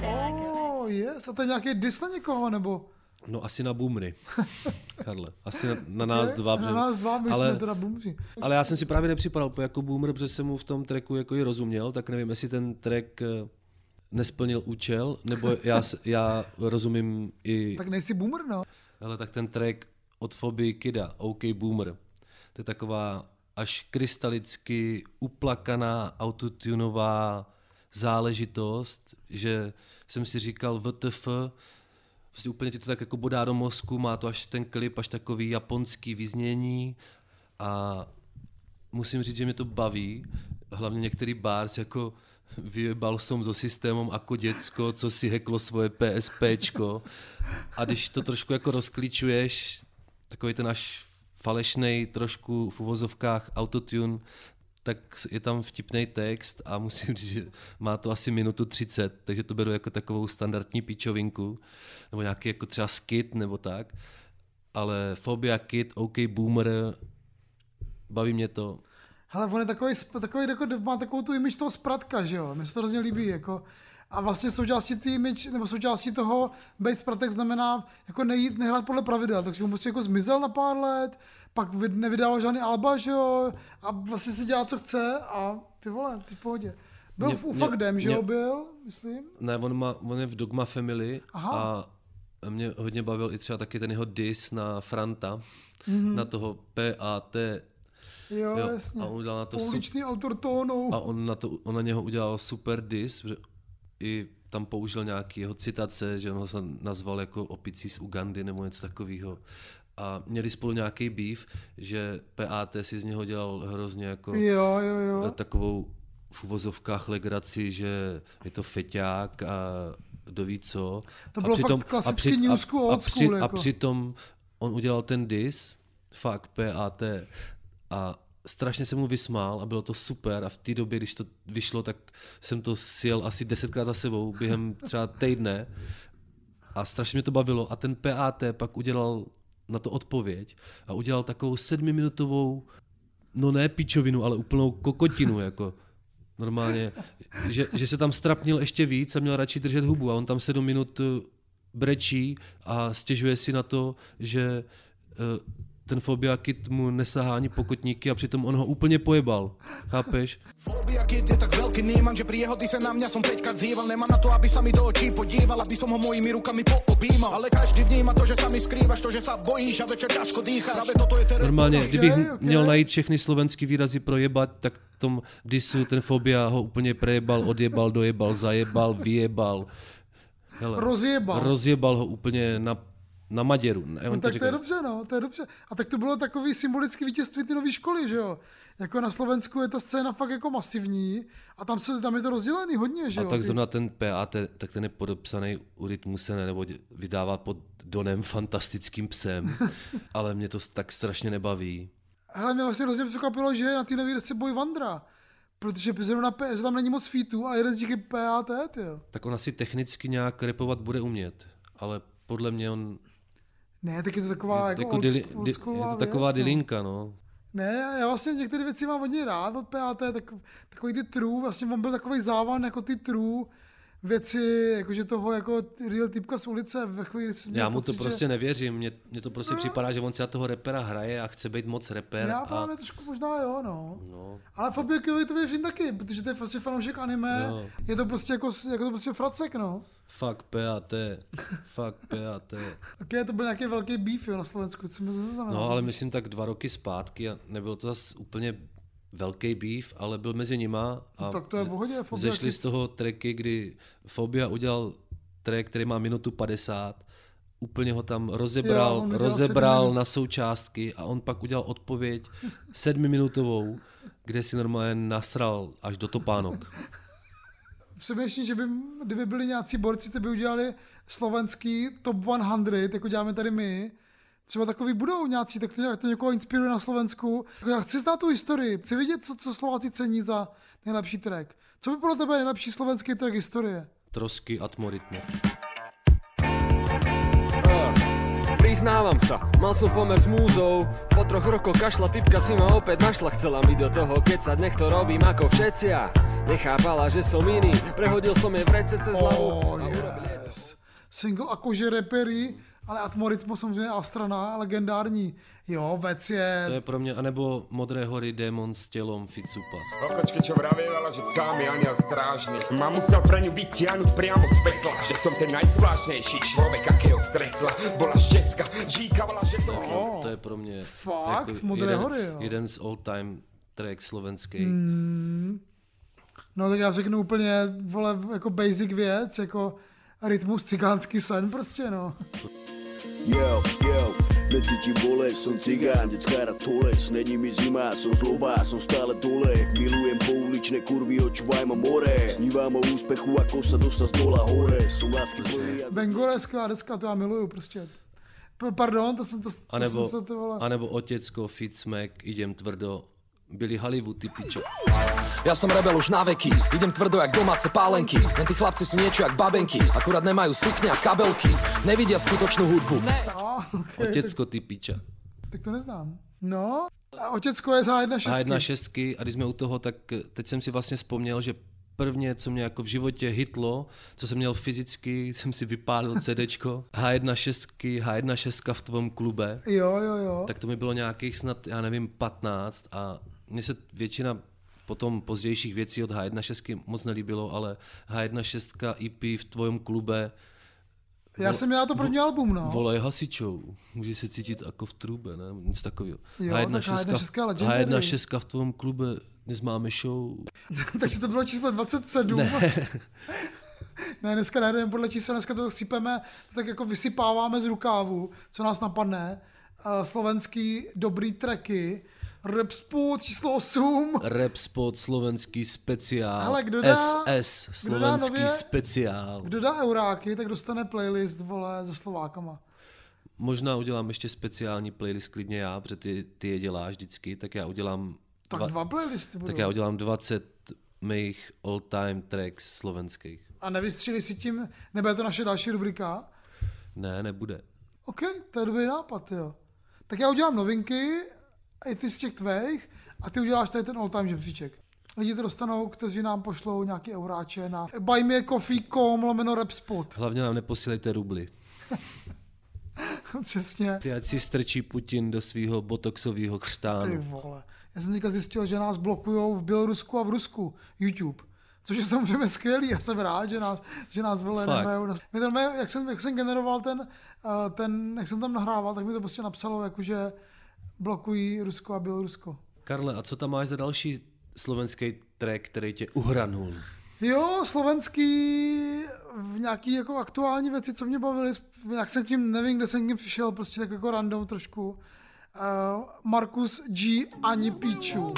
A to je nějaký diss na někoho, nebo? No asi na boomry, Karle. Asi na nás dva. Na nás dva, my jsme teda boomři. Ale já jsem si právě nepřipadal jako boomer, protože jsem mu v tom tracku jako i rozuměl, tak nevím, jestli ten track nesplnil účel, nebo já rozumím i... Tak nejsi boomer, no. Ale tak ten track od Phobie Kida, OK Boomer, to je taková až krystalicky uplakaná autotunová záležitost, že jsem si říkal WTF, vlastně úplně ti to tak jako bodá do mozku, má to až ten klip, až takový japonský vyznění a musím říct, že mě to baví, hlavně některý bars jako vyjebal som so systémom ako děcko, co si heklo svoje PSPčko a když to trošku jako rozklíčuješ, takový ten náš falešnej trošku v uvozovkách autotune, tak je tam vtipný text a musím říct, že má to asi minutu 30, takže to beru jako takovou standardní píčovinku, nebo nějaký jako třeba skit nebo tak, ale Phobia Kid, OK Boomer, baví mě to. Hele, on je takový jako, má takovou tu image toho spratka, že jo, mně se to hrozně líbí, jako. A vlastně součástí ty image, nebo součástí toho být spratek znamená jako nehrát podle pravidel, takže on prostě jako zmizel na pár let, pak nevydával žádný alba, že jo, a vlastně si dělá, co chce a ty vole, ty v pohodě. Byl v Ufakdem, že jo, byl, myslím? Ne, on je v Dogma Family. Aha. A mě hodně bavil i třeba taky ten jeho diss na Franta, na toho PAT. Jo, jasně. A on udělal na to pouličný autor tónu. A on na něho udělal super diss, i tam použil nějaký jeho citace, že on ho nazval jako opicí z Ugandy nebo něco takového. A měli spolu nějaký beef, že PAT si z něho dělal hrozně jako takovou v uvozovkách legraci, že je to feťák a kdo ví co. To bylo fakt klasický new school, old school. A přitom on udělal ten diss, fakt PAT, a strašně se mu vysmál a bylo to super a v té době, když to vyšlo, tak jsem to sjel asi 10krát za sebou během třeba týdne a strašně mě to bavilo a ten PAT pak udělal na to odpověď a udělal takovou 7minutovou, no ne pičovinu, ale úplnou kokotinu, jako normálně, že se tam strapnil ještě víc a měl radši držet hubu a on tam 7 minut brečí a stěžuje si na to, že ten Phobia Kid mu nesahá ani pokotníky a přitom on ho úplně pojebal. Chápeš? Phobia Kid je tak veľký níman, že pri jeho se na mňa som 5krát zýval. Nemá na to, aby sa mi do očí podíval, aby som ho mojimi rukami poobímal. Ale každý vníma to, že sa mi skrývaš, to, že sa bojíš a večer ťažko dýcháš. Normálně, kdybych měl najít všechny slovenský výrazy pro jebat, tak v tom disu ten Phobia ho úplně prejebal, odjebal, dojebal, zajebal, vyjebal. hele, rozjebal. Rozjebal ho úplně na Maděru. No, tak to je dobře, no, to je dobře. A tak to bylo takový symbolický vítězství ty nové školy, že jo? Jako na Slovensku je ta scéna fakt jako masivní a tam je to rozdělený hodně, že jo? A tak zrovna ten PAT, tak ten je podepsaný u Rytmuse, nebo vydává pod Donem Fantastickým psem, ale mě to tak strašně nebaví. Hele, mě vlastně hrozně překvapilo, že na té nový desce Boy Vandra, protože zrovna že tam není moc featů a jeden z nich je PAT, jo. Tak on asi technicky nějak rapovat bude umět, ale podle mě on... Ne, tak je to taková je jako je to taková věc, dilinka, no. Ne, já vlastně některé věci mám hodně rád od PAT, takový ty true, vlastně on byl takový závan jako ty true věci, jakože toho jako real typka z ulice. Ve chvíli, já mu to prostě nevěřím, mně to prostě připadá, že on si na toho rapera hraje a chce být moc rapper. Já právě trošku možná jo, no. Ale Fabiokovi to věřím taky, protože to je prostě fanoušek anime, jo. Je to prostě jako to prostě fracek, no. Fuck PAT. Okay, to byl nějaký velký beef, jo, na Slovensku, co mi zaznamenalo. No, ale myslím tak 2 roky zpátky a nebyl to zase úplně velký beef, ale byl mezi nima a no, tak to je bohodě, zešli z toho tracky, kdy Fobia udělal track, který má minutu 50, úplně ho tam rozebral na součástky a on pak udělal odpověď 7minutovou, kde si normálně nasral až do topánok. Přemýšlím, že kdyby byli nějací borci, ty by udělali slovenský top 100, jako děláme tady my. Třeba takový budou nějací, tak to někoho inspiruje na Slovensku. Já chci znát tu historii, chci vidět, co Slováci cení za nejlepší track. Co by podle tebe nejlepší slovenský track historie? Trosky Atmorytmu. Priznávam sa, mal som pomer s múzou. Po 3 rokoch kašla pipka si ma opäť našla. Chcela mi do toho kecať, nech to robím ako všetci a nechápala, že som iný. Prehodil som jej v rece cez hlavu. Yes. Single akože repery, ale Atmorytmo samozřejmě Astrana, legendární. Jo, vec je... To je pro mě, anebo Modré hory, Démon s tělom Ficupa. Okočky, čo vravěvala, že sám je aniel strážny. Mám musel pre ňu vytiahnuť priamo z pekla, že som ten najzvláštnejší človek, akého stretla. Bola šeska, žíkavala, že to... No, to je pro mě... Fakt? Jako Modré hory, jo. Jeden z all-time track slovenský. No tak já řeknu úplně, vole, jako basic věc, jako Rytmus cigánský sen prostě, no. Yo, necítim bolesť, som cigán, detská rád toles. Není mi zima, som zlobá, som stále dole. Milujem pouličné kurvy, očúvaj ma more. Snívam o úspechu, ako sa dostať z dola hore. Som lásky plný. Bengore, skvělá deska, to já miluju prostě. Pardon, to jsem anebo Otecko, Fitzmac, idem tvrdo. Byli Hollywood, ty pičo. Ja som rebel už na veky, idem tvrdo jak domáce pálenky. Len tí chlapci sú niečo jak babenky, akurát nemajú sukňa a kabelky. Nevidia skutočnú hudbu. Okay. Otecko, ty piča. Tak to neznám. No, a Otecko je z H1.6. H1.6 a když jsme u toho, tak teď jsem si vlastně vzpomněl, že prvně, co mě jako v životě hitlo, co jsem měl fyzicky, jsem si vypálil CDčko, H1.6 v tvém klube. Jo. Tak to mi bylo nějakých snad, já nevím, 15 a mně se většina potom pozdějších věcí od H1.6 moc nelíbilo, ale H1.6 EP v tvojom klube. Já jsem měl na to první album, no. Volej hasičou, může se cítit jako v trube, ne? Nic takového. H1.6 v tvojom klube, dnes máme show. Takže to bylo číslo 27. Ne, dneska nejdeme podle čísla, dneska to sypeme, tak jako vysypáváme z rukávu, co nás napadne. Slovenský dobrý tracky. Rap Spot číslo 8. Rap Spot slovenský speciál. Hele, SS slovenský speciál. Kdo dá euráky, tak dostane playlist, vole, se Slovákama. Možná udělám ještě speciální playlist klidně já, protože ty je děláš vždycky, tak já udělám... dva playlisty budou. Tak já udělám 20 mých all-time tracks slovenských. A nevystříli si tím, nebude to naše další rubrika? Ne, nebude. OK, to je dobrý nápad, jo. Tak já udělám novinky, i ty z těch tvých, a ty uděláš tady ten all-time žebříček. Lidi to dostanou, kteří nám pošlou nějaký euráče na buymeacoffee.com/rapspot. Hlavně nám neposílejte rubly. Přesně. Ty ať si strčí Putin do svého botoxového křtánu. Ty vole. Já jsem teďka zjistil, že nás blokujou v Bělorusku a v Rusku YouTube. Což je samozřejmě skvělý, já jsem rád, že nás vole nehrajou. Jak jsem generoval jak jsem tam nahrával, tak mi to prostě napsalo, jakože blokují Rusko a Bělorusko. Karle, a co tam máš za další slovenský track, který tě uhranul? Jo, slovenský v nějaký jako aktuální věci, co mě bavily, jak jsem k ním, nevím, kde jsem k ním přišel, prostě tak jako random trošku. Markus G. ani Píču.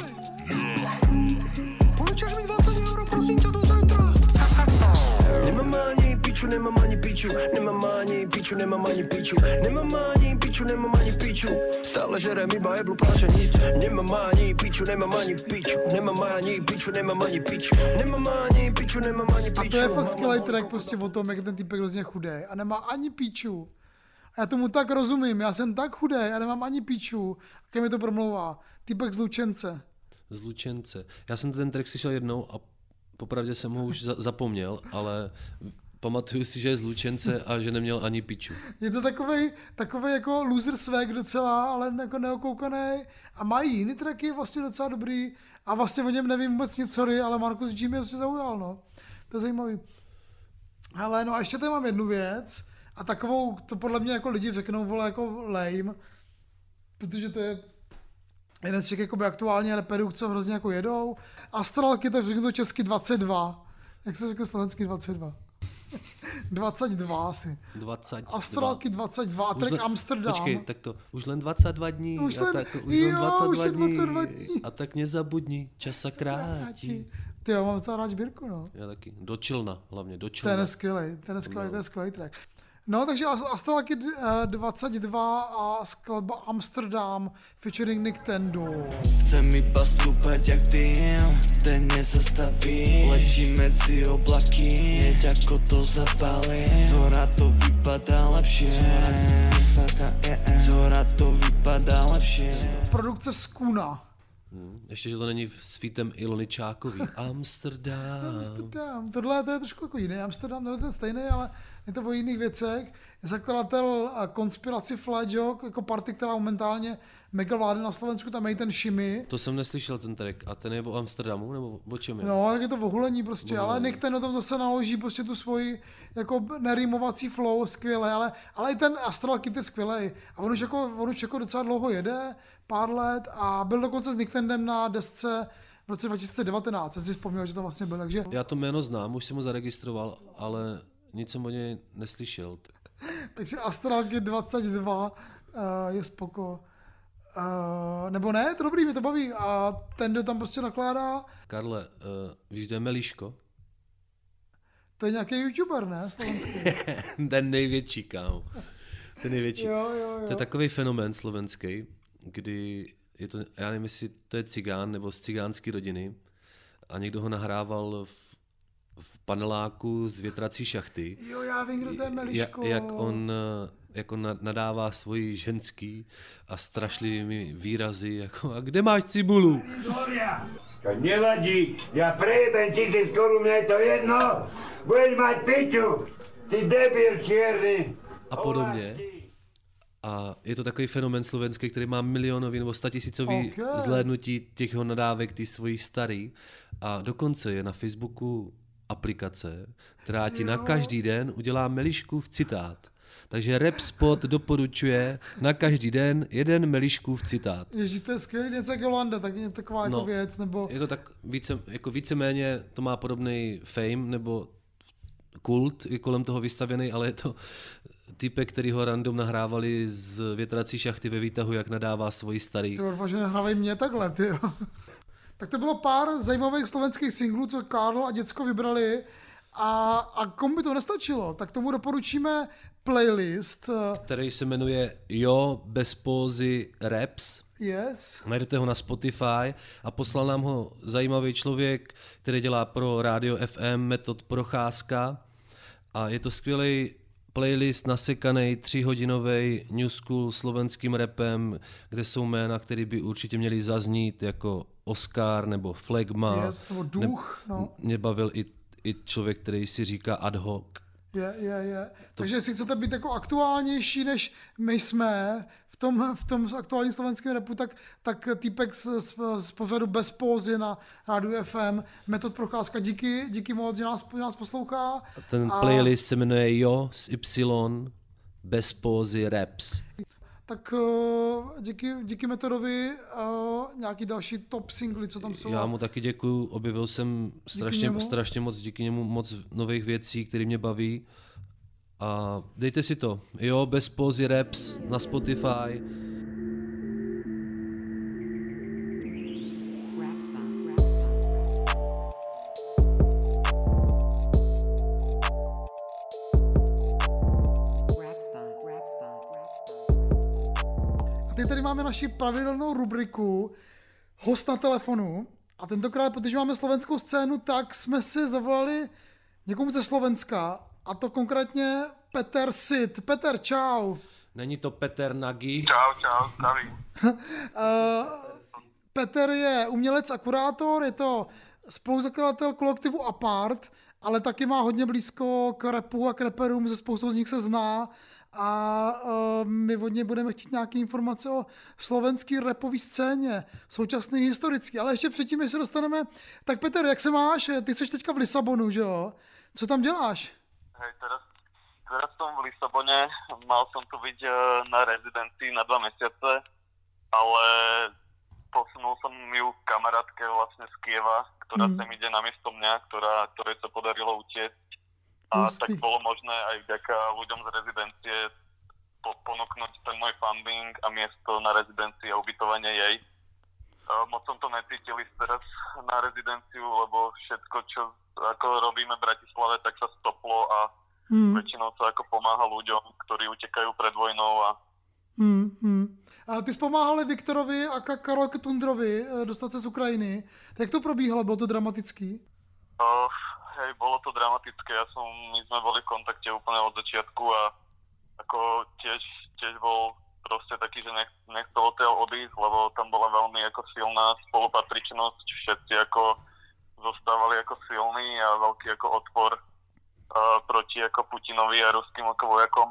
Půjčeš mi 20 euro, prosím tě, do centra. Nemám ani piču, nemám ani piču, nemám ani piču, nemám ani piču, nemám ani piču, nemám ani piču. Stále žerem iba jeblu, pláče nic. Nemám ani piču, nemám ani piču, nemám ani piču, nemám ani piču, nemám ani piču, nemám ani piču. A to je fakt skvělý track prostě o tom, jak ten týpek hrozně chudej a nemá ani piču. A já tomu tak rozumím, já jsem tak chudej a nemám ani piču. Jak mi to promlouvá? Týpek z Lučence. Z Lučence. Já jsem ten track slyšel jednou a popravdě jsem ho už zapomněl, ale pamatuju si, že je z Lučence a že neměl ani piču. Je to takovej jako loser swag docela, ale jako neokoukaný a mají jiný tracky vlastně docela dobrý a vlastně o něm nevím vůbec nic, sorry, ale Markus G. mě prostě zaujal, no. To je zajímavý. Ale no a ještě tady mám jednu věc a takovou, to podle mě jako lidi řeknou, vole, jako lame, protože to je jeden z těch jakoby aktuálně reperů, co hrozně jako jedou. Astralky, tak řeknu to česky 22. Jak se řekne slovensky 22? 22 asi. 22. Astralky 22 a track Amsterdam. Počkej, tak to už len 22 dní. Už len 22 dní. A tak nezabudni, čas se krátí. Ty jo, mám docela rád Žbírku, no. Já taky. Do Čilna, hlavně do Čilna. To je skvělý track. No, takže Astralky 22 a skladba Amsterdam featuring Nick Tendo. Chcem iba stúpať jak dým, ten nezastaví. Letí medzi oblaky, hneď ako to zapálí. Zhora to vypadá lepšie, zhora to vypadá lepšie. Produkce Skuna. Ještě, že to není s featem Ilony Čákový. Amsterdam. Tohle to je trošku jako jiný Amsterdam, nebo ten stejný, ale je to o jiných věcech. Je zakladatel konspiraci Flyjok, jako party, která momentálně mega vládne na Slovensku, tam je ten Shimmy. To jsem neslyšel ten track. A ten je o Amsterdamu, nebo o čem je? No, tak je to o hulení prostě, ale Nick ten tam zase naloží prostě tu svoji jako nerýmovací flow, skvěle, ale i ten Astral Kid je skvělej. A on už jako docela dlouho jede, pár let a byl dokonce s Nick Tendem na desce v roce 2019, jsem si vzpomněl, že to vlastně byl, takže... Já to jméno znám, už jsem ho zaregistroval, ale nic jsem o něj neslyšel. Takže Astral Kid 22 je spoko. Nebo ne, to dobrý, mě to baví a ten, kdo tam prostě nakládá. Karle, víš, kde je Meliško? To je nějaký youtuber, ne, slovenský? Ten největší, kámo. Ten největší. Jo. To je takový fenomén slovenský, kdy je to, já nevím, jestli to je cigán nebo z cigánské rodiny a někdo ho nahrával v paneláku z větrací šachty. Jo, já vím, kdo to je Meliško. Jak on nadává svoji ženský a strašlivými výrazy, jako a kde máš cibulu? To nevadí, ja prejebem 1000 korun, mne je to jedno, budeš mať piču, ty debil čierny. A podobně. A je to takový fenomén slovenský, který má milionový nebo 100 000 zhlédnutí těch jeho nadávek, ty svojí starý. A dokonce je na Facebooku aplikace, která ti na každý den udělá Meliškův citát. Takže Rap Spot doporučuje na každý den jeden Meliškův citát. Ježí, to je skvělý, něco jak Jolanda, tak je taková jako věc, nebo... Je to tak víceméně, to má podobný fame, nebo kult je kolem toho vystavěný, ale je to typek, který ho random nahrávali z větrací šachty ve výtahu, jak nadává svoji starý. Ty odvažně nahrávají mě takhle, tyjo. Tak to bylo pár zajímavých slovenských singlů, co Karl a Děcko vybrali a komu by to nestačilo, tak tomu doporučíme playlist, který se jmenuje Jo bez pózy Raps. Yes. Najdete ho na Spotify a poslal nám ho zajímavý člověk, který dělá pro Radio FM, Metod Procházka a je to skvělý playlist nasekaný 3hodinový New School slovenským rapem, kde jsou jména, které by určitě měly zaznít jako Oscar nebo Flegma. Yes, nebo Duch. Mě bavil i člověk, který si říká ad hoc. Je. Takže jestli chcete být jako aktuálnější, než my jsme v tom aktuálním slovenském rapu, tak týpek z pořadu Bez pózy na Rádiu FM, Metod Procházka, díky moc, že nás poslouchá. Ten playlist se jmenuje Jo s Y, Bez pózy Raps. tak díky Metodovi nějaký další top singly, co tam jsou. Já mu taky děkuju, objevil jsem strašně moc díky němu moc nových věcí, které mě baví. A dejte si to. Jo, bez pózy raps na Spotify. Teď tady máme naši pravidelnou rubriku Host na telefonu a tentokrát, protože máme slovenskou scénu, tak jsme si zavolali někomu ze Slovenska a to konkrétně Peter Sid. Peter, čau. Není to Peter Nagy? Čau, zdraví. Peter je umělec a kurátor, je to spoluzakladatel kolektivu Apart, ale taky má hodně blízko k rapu a k raperům, ze spoustou z nich se zná. A my od něj budeme chtít nějaké informace o slovenský rapový scéně, současný, historický. Ale ještě předtím, než se dostaneme, tak Peter, jak se máš? Ty jsi teďka v Lisabonu, že jo? Co tam děláš? Hej, teraz som v Lisabone, mal som tu byť na rezidencii na 2 mesiace, ale posunul som ju kamarátke vlastne z Kieva, ktorá sem ide namiesto mňa, ktorej sa podarilo utiecť. A tak bolo možné aj vďaka ľuďom z rezidencie ponúknuť ten môj funding a miesto na rezidencii a ubytovanie jej. Moc som to necítil ísť teraz na rezidenciu, lebo všetko, čo ako robíme v Bratislave, tak sa stoplo a väčšinou sa ako pomáha ľuďom, ktorí utekajú pred vojnou a A ty jsi pomáhali Viktorovi a Karol Tundrovi dostat se z Ukrajiny. Tak jak to probíhalo? Bylo to dramatický? Hej, bolo to dramatické. My sme boli v kontakte úplne od začiatku a ako tiež bol proste taký, že nechcel odtiaľ odísť, lebo tam bola veľmi ako silná spolupatričnosť. Všetci ako zostávali ako silní a veľký ako odpor proti ako Putinovi a ruským ako vojakom.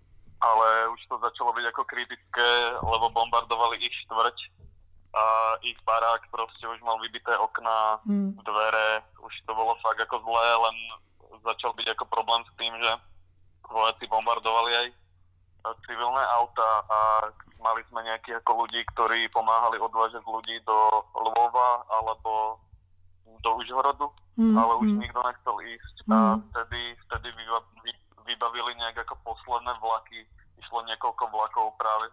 Ale už to začalo byť ako kritické, lebo bombardovali ich štvrť. A ich barák proste už mal vybité okná, dvere, už to bolo fakt ako zlé, len začal byť ako problém s tým, že vojaci bombardovali aj civilné auta a mali sme nejakých ako ľudí, ktorí pomáhali odvážať ľudí do Lvova alebo do Užhorodu, ale už nikto nechcel ísť a vtedy vybavili nejak ako posledné vlaky, išlo niekoľko vlakov práve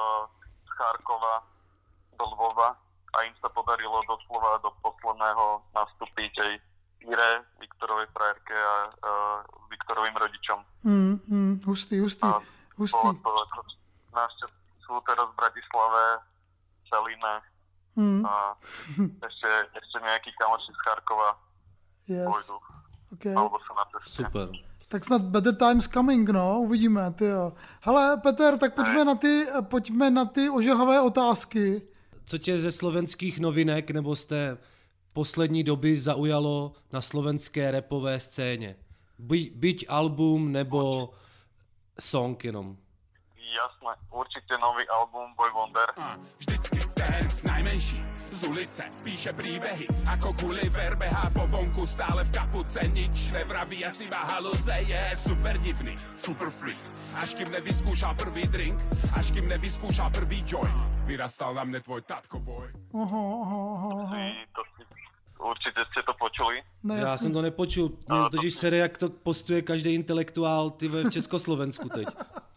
z Charkova do Lvova a im sa podarilo doslova do posledného nastúpiť aj Ire, Viktorovej frajerke a Viktorovým rodičom. Hustý. Bolo to ako sú teraz v Bratislave, Celíme a ešte nejakí kamoši z Charkova pôjdu. Okay. Alebo sú na ceste. Super. Tak snad better times coming, no, uvidíme, tyjo. Hele, Peter, tak pojďme na ty ožehavé otázky. Co tě ze slovenských novinek nebo z té poslední doby zaujalo na slovenské rapové scéně? Byť album nebo song jenom? Jasné, určitě nový album Boy Wonder. Vždycky ten najmenší z ulice píše príbehy, ako Gulliver behá po vonku stále v kapuce, nič nevraví a si má haluze, je super divný, super freak. Až kým nevyskúšal prvý drink, až kým nevyskúšal prvý joint, vyrastal na mne tvoj tatko boy. Určitě jste to počuli? No, já jsem to nepočul, mě totiž sere, jak to postuje každý intelektuál v Československu teď.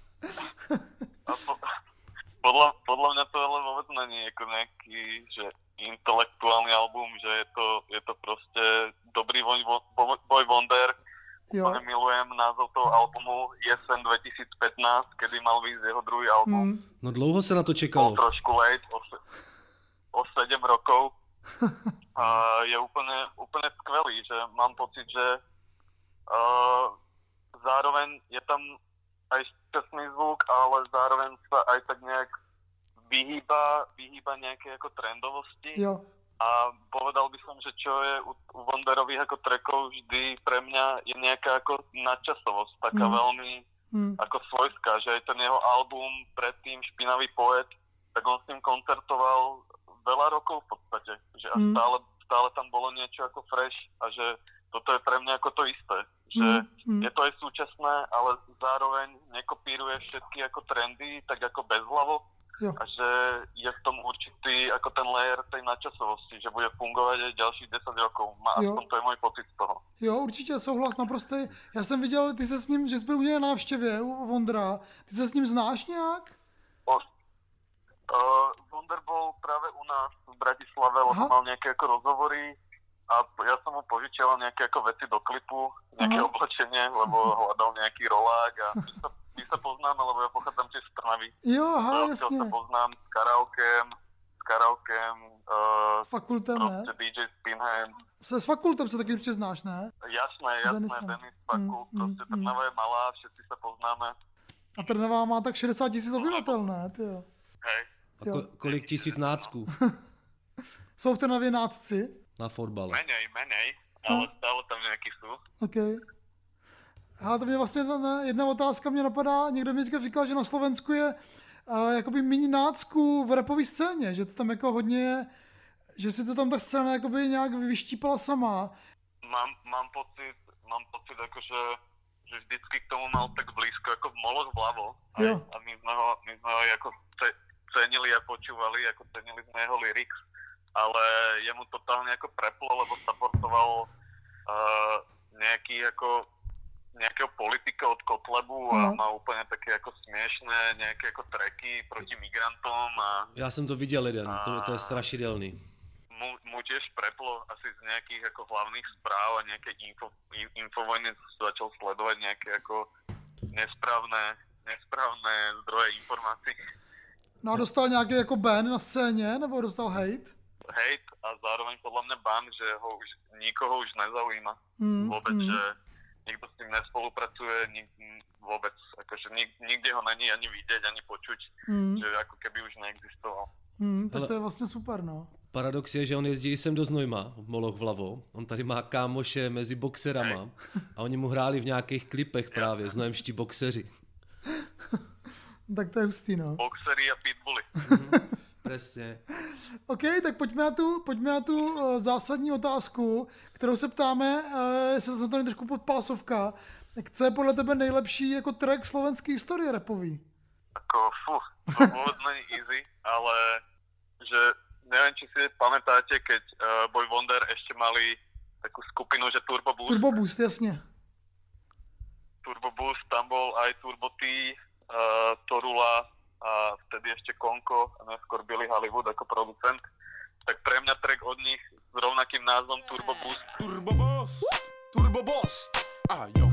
Podľa mňa to ale vôbec není ako nejaký, že intelektuálny album, že je to proste dobrý Boy Wonder. Úplne milujem názov toho albumu Jeseň 2015, kedy mal vyjsť jeho druhý album. No dlouho se na to čekalo. Trošku late, o 7 rokov. A je úplne skvelý, že mám pocit, že zároveň je tam aj šťastný zvuk, ale zároveň sa aj tak nejak vyhýba nejaké ako trendovosti. Jo. A povedal by som, že čo je u Wonderových ako trackov vždy pre mňa je nejaká ako nadčasovosť, taká veľmi ako svojská, že aj ten jeho album predtým Špinavý poet, tak on s ním koncertoval veľa rokov v podstate, že a stále tam bolo niečo ako fresh a že toto je pre mňa ako to isté, že je to aj súčasné, ale zároveň nekopíruje všetky ako trendy, tak ako bezhlavo. Jo. A že je v tom určitý ako ten layer tej nadčasovosti, že bude fungovat aj ďalších 10 rokov. Aspoň to je můj pocit z toho. Jo, určitě souhlas naprostý. Já jsem viděl, ty se s ním, že jsi byl u něj na návštěvě u Vondra. Ty se s ním znáš nějak? Vonder bol práve u nás v Bratislave, lebo mal nejaké ako rozhovory a ja som mu požičial nejaké ako veci do klipu, nejaké oblečenie, lebo hľadal nejaký rolák a my sa poznáme, lebo ja pochádzam tiež z Trnavy. Jo, aha, jasně. Ja sa poznám s karaokem, fakultem, prostě DJ Spinhead. S fakultem se taky určitě znáš, ne? Jasné, Denis Fakult, prostě Trnava je malá, všetci sa poznáme. A Trnava má tak 60 000 obyvatel, ne? Tyjo. Hej. A kolik tisíc nácků? Jsou v Trnavě nácci? Na fotbale. Menej, ale stále tam nějaký jsou. OK. A to mě vlastně jedna otázka mě napadá, někdo mě teďka říkal, že na Slovensku je jakoby méně nácků v rapové scéně, že to tam jako hodně, že si to tam ta scéna jakoby nějak vyštípala sama. Mám pocit jakože že vždycky k tomu mal tak blízko jako Moloch vľavo a my sme ho jako cenili a počúvali, jako cenili sme jeho lyrics, ale jemu totálne jako preplo, lebo supportoval nejakého politika od Kotlebu a má úplně také jako směšné nějaké jako tracky proti migrantom a... Já jsem to viděl jeden, to je strašidelný. Mu tiež preplo asi z nejakých ako hlavných správ a nejaké infovojny začal sledovať nejaké ako nesprávne zdroje informácií. No a dostal nějaký jako ban na scéně, nebo dostal hate? Hate a zároveň podľa mňa ban, že ho nikoho už nezaujíma. Vôbec, že nikto s ním nespolupracuje, vôbec, akože nikde ho není ani vidieť, ani počuť, že ako keby už neexistoval. Tak to je vlastně super, no. Paradox je, že on jezdí sem do Znojma, Moloch vľavo. On tady má kámoše mezi boxerama a oni mu hráli v nějakých klipech právě, znojemští boxeři. Tak to je hustý, no. Boxery a pitbully. Presně. OK, tak pojďme na tu zásadní otázku, kterou se ptáme, jestli se na to není trošku podpásovka. Co je podle tebe nejlepší jako track slovenské historie rapový? Ako, to vôbec není easy, ale že neviem, či si pamätáte, keď Boy Wonder ešte mali takú skupinu, že Turbo Boost. Turbo Boost, jasne. Turbo Boost, tam bol aj Turbo T, Torula a vtedy ešte Konko a neskôr Billy Hollywood ako producent. Tak pre mňa track od nich s rovnakým názvom Turbo Boost. Turbo Boost, Turbo Boost. Yo.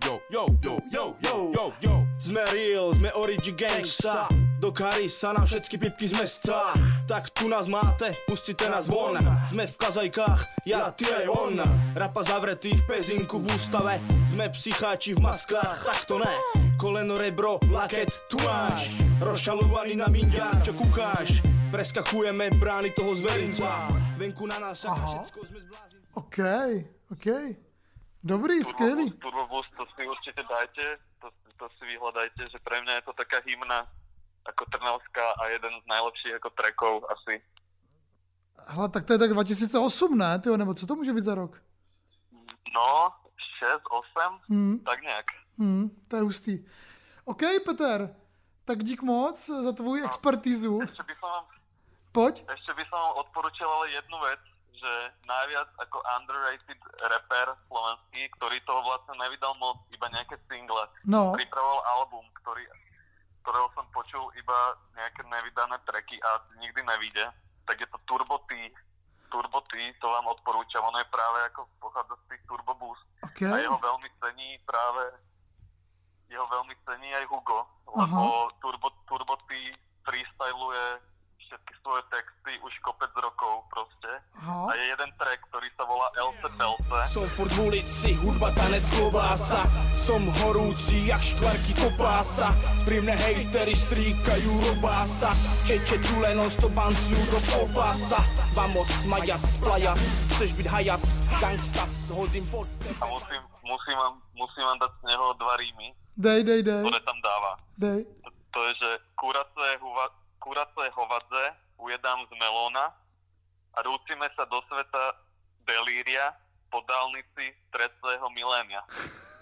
Sme real, sme origi gangsta. Do Karisa na všetky pipky z mesta. Tak tu nás máte, pustíte nás von. Sme v kazajkách, ja, ty aj on. Rapa zavretý v pezinku v ústave. Sme psycháči v maskách, tak to ne. Koleno, rebro, laket, tu máš. Rozšalovaný na mindia, čo kúkáš. Preskakujeme brány toho zverinca. Venku na nás ako všetko sme zblázni. OK. Dobrý, skvělý. Turbo Boost, to si určite dajte, to si vyhľadajte, že pre mňa je to taká hymna ako trnavská a jeden z najlepších jako trackov asi. Hele, tak to je tak 2008, ne? Tyjo, nebo co to může být za rok? No, 6, 8, tak nějak. To je hustý. OK, Peter, tak dík moc za tvoji expertízu. Ešte by som vám odporučil ale jednu vec, že najviac ako underrated rapper slovenský, ktorý toho vlastne nevydal moc, iba nejaké single, pripravoval album, ktorého som počul iba nejaké nevydané tracky a nikdy nevyjde, tak je to Turbo T. Turbo T, to vám odporúčam, ono je práve ako pochádza z tých Turbo Boost. Okay. A jeho veľmi cení aj Hugo, lebo Turbo T freestyluje všetky svoje texty už kopec rokov proste. A je jeden track, ktorý sa volá Else Pelse. Som furt v ulici, hudba, tanec, klobása. Som horúci, jak škvarky kopása. Pri mne hejteri stríkajú robása. Čeče čule non-stop bancujú do popása. Vamos, majas, plajas, chceš byť hajas, gangstas, hodím pod tebe. A musím vám dať z neho 2 rímy. Dej. Ktoré tam dáva. Dej. To je, že kurace hovadze ujedám z melóna a rúcime sa do sveta delíria po dálnici 3. milénia.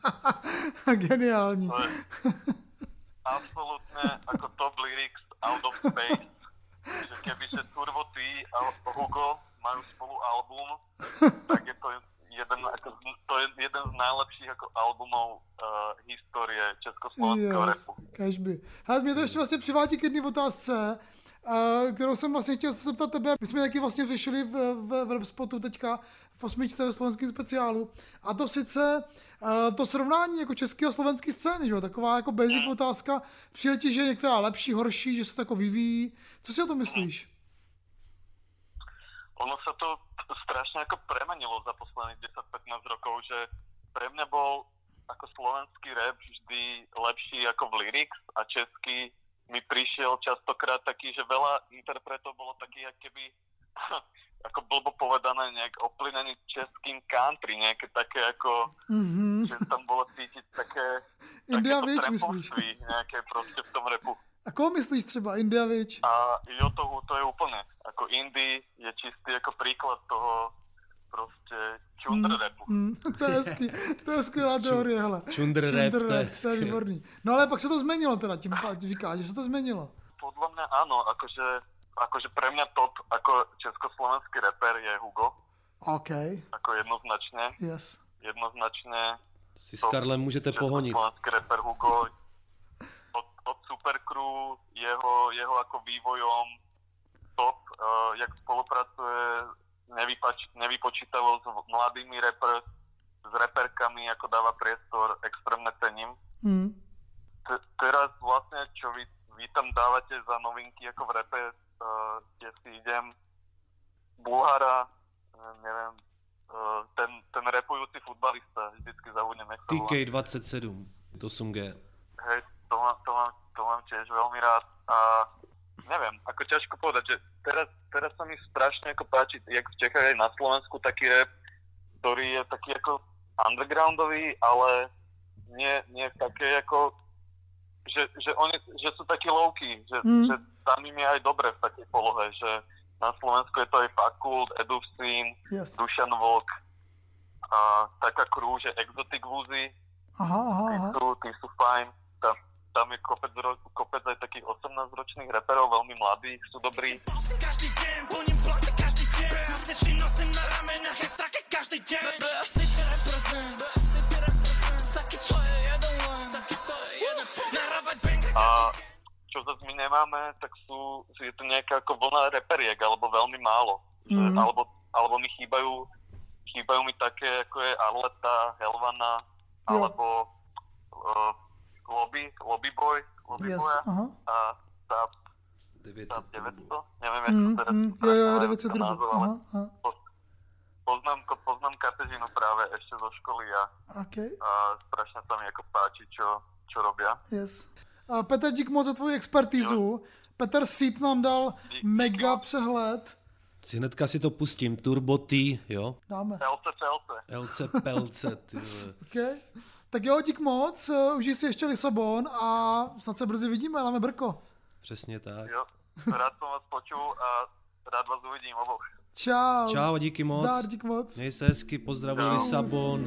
Geniální. To je absolútne ako top lyrics out of space. Že kebyže Turbo T a Hugo majú spolu album, tak je to jeden z najlepších jako albumů historie československého rapu. Kežby. Hele, mě to ještě vlastně přivádí k jedné otázce, kterou jsem vlastně chtěl se zeptat tebe. My jsme taky vlastně řešili v Rapspotu teďka v 8. ve slovenském speciálu. A to sice to srovnání jako české a slovenské scény, že jo? Taková jako basic otázka. Přijde ti, že je některá lepší, horší, že se to jako vyvíjí. Co si o tom myslíš? Ono sa to strašne ako premenilo za posledných 10-15 rokov, že pre mňa bol ako slovenský rap vždy lepší ako v lyrics a český mi prišiel častokrát taký, že veľa interpretov bolo taký, jak keby ako blbo povedané, nejak oplynený českým country, nejaké také ako, že tam bolo cítiť také India Witch, myslíš? Nejaké proste v tom rapu. A koho myslíš třeba? India Witch? A jo, to je úplne. Ako Indie je čistý jako príklad toho prostě čundr rapu. To je skvělá teorie, hele. Čundr rap, to je výborný. No ale pak se to změnilo teda, tím říkáš, že se to změnilo. Podle mě ano, akože pre mňa top ako československý rapper je Hugo. OK. Ako jednoznačně. Yes. Jednoznačně. Si s Karlem můžete pohonit. Československý rapper Hugo. Od Supercrew, jeho ako vývojom top, jak spolupracuje nevypočítavo s mladými s reperkami, ako dáva priestor, extrémne cením. Teraz vlastne, čo vy tam dávate za novinky ako v rape, kde si idem Bulhara, neviem, ten rapujúci futbalista, vždycky zabudnem, jak to TK27, to som G. Hej, to mám tiež veľmi rád a neviem, ako ťažko povedať, že teraz sa mi strašne ako páči, jak v Čechách aj na Slovensku taký rap, ktorý je taký ako undergroundový, ale nie také ako, že sú takí low-key, že tam im je aj dobre v takej polohe, že na Slovensku je to aj Fakult, Edufsín, yes. Dušan Vlk a taká crew, že Exotic Woozy, tí sú fajn. Tam je kopec aj takých 18-ročných reperov, veľmi mladých, sú dobrí. Každý deň plním blok, každý deň Sety nosím na ramenách, jak strake každý deň City represent, Saky to je jeden Nahrávať bang. A čo zase my nemáme, tak je to nejaká ako vlna reperiek, alebo veľmi málo. Alebo mi chýbajú mi také, ako je Arleta, Helvana, alebo Lobby Boy yes, a Tab 900, neviem, jak to teraz 900 ale poznám Katežinu práve ešte zo školy a strašne sa mi ako páči, čo robia. Yes. A Petr, dík moc za tvoji expertizu. Petr Sít nám dal mega přehled. Si hnedka si to pustím, Turbo T, jo? Dáme. LC Pelce, ty vole. Okay. Tak jo, dík moc, užij si ještě Lisabon a snad se brzy vidíme, dáme brko. Přesně tak. Jo, rád som vás počul a rád vás uvidím oboch. Čau. Čau a díky moc. Zdar, dík moc. Měj se hezky, pozdravuj Lisabon.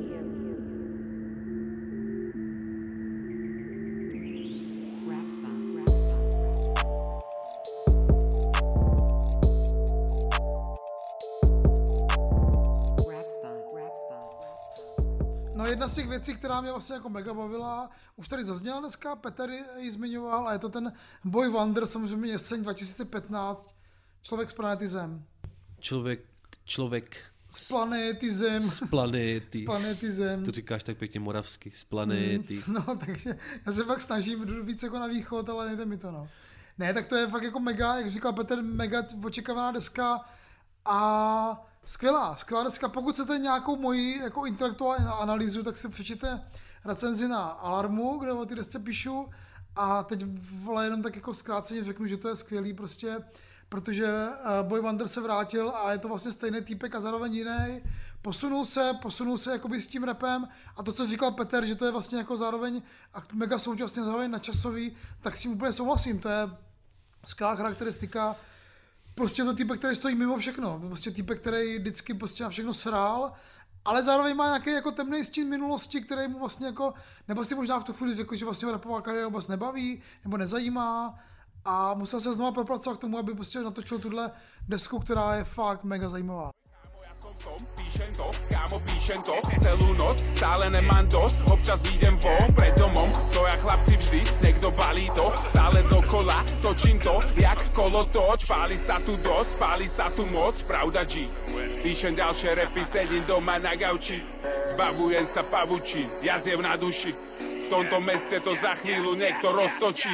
No jedna z těch věcí, která mě vlastně jako mega bavila, už tady zazněla dneska, Petr ji zmiňoval a je to ten Boy Wonder, samozřejmě jeseň 2015, Člověk z planety Zem. Člověk z planety Zem. Z planety. Z planety Zem. To říkáš tak pěkně moravsky, z planety. No, takže já se fakt snažím, jdu víc jako na východ, ale nejde mi to, no. Ne, tak to je fakt jako mega, jak říkal Petr, mega očekávaná deska a skvělá deska. Pokud chcete nějakou moji jako intelektuální analýzu, tak si přečtěte recenzi na Alarmu, kde o ty desce píšu a teď vole jenom tak jako zkráceně řeknu, že to je skvělý prostě, protože Boy Wonder se vrátil a je to vlastně stejný týpek a zároveň jiný. Posunul se jakoby s tím rapem a to, co říkal Petr, že to je vlastně jako zároveň mega současně zároveň nadčasový, tak s tím úplně souhlasím. To je skvělá charakteristika. Prostě to týpek, který stojí mimo všechno. Prostě týpek, který vždycky prostě na všechno srál ale zároveň má nějaký jako temný stín minulosti, který mu vlastně jako, nebo si možná v tu chvíli řekl, že vlastně rapová kariéra vůbec nebaví, nebo nezajímá a musel se znova propracovat k tomu, aby prostě natočil tuhle desku, která je fakt mega zajímavá. Píšem to, kámo, píšem to, celú noc, stále nemám dosť, občas výjdem von, pred domom, stoja chlapci vždy, niekto balí to, stále dokola, točím to, jak kolotoč, páli sa tu dosť, páli sa tu moc, pravda G. Píšem ďalšie repy, sedím doma na gauči, zbavujem sa pavučín, jaziev na duši, v tomto meste to za chvíľu niekto roztočí,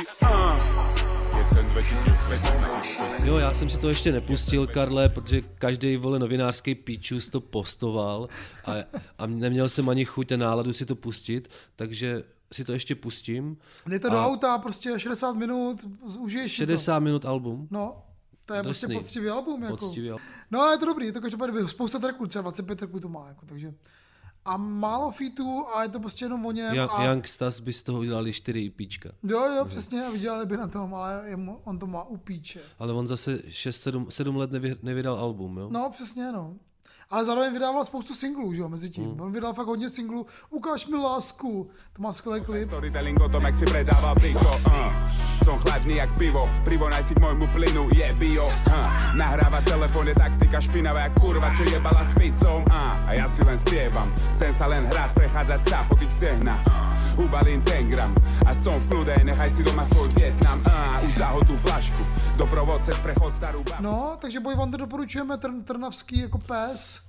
Jesen 2017. Jo, já jsem si to ještě nepustil, Karle, protože každý vole novinářský píčus to postoval a neměl jsem ani chuť a náladu si to pustit, takže si to ještě pustím. Dej to do auta, prostě 60 minut, užiješ 60 minut album. No, to je Drsný. prostě poctivý album. Jako. Poctivý album. No, je to dobrý, to každopádně spousta tracků, třeba 25 tracků to má, jako, takže. A málo featů a je to prostě jenom o něm. Youngstas by z toho udělali 4 EPčka. Jo, přesně, a vydělali by na tom, ale on to má u píče. Ale on zase 7 let nevydal album, jo? No, přesně, no. Ale zároveň vydával spoustu singlů, že jo, mezi tím. On vydal fakt hodně singlů. Ukáž mi lásku, to má skvělý klip. Storytelling o tom, jak si predával pliko, Som chladný jak pivo, prirovnaj si k môjmu plynu, je bio, Nahráva telefón, je taktika špinavá jak kurva, čo jebala s Ficom, A ja si len spievam, chcem sa len hrať, prechádzať sa po tých stehnách, Ubalím ten gram a som v kľude, nechaj si doma svoj Vietnam, Už zahod tú flašku, doprovod cez prechod starú babu. No, takže Boy Wonder doporučujeme, Trnavský jako pes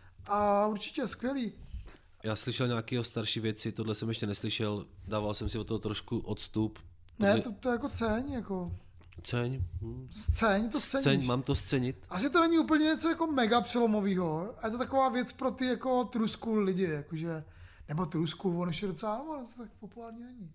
a určitě skvělý. Já slyšel nějakého starší věci, tohle jsem ještě neslyšel, dával jsem si od toho trošku odstup. Ne, to jako ceň, jako... Ceň? Ceň, to sceníš. Mám to scenit? Asi to není úplně něco jako mega přelomovýho. A je to taková věc pro ty jako true school lidi, jakože... Nebo true school, on ještě docela, no, ale to tak populární není.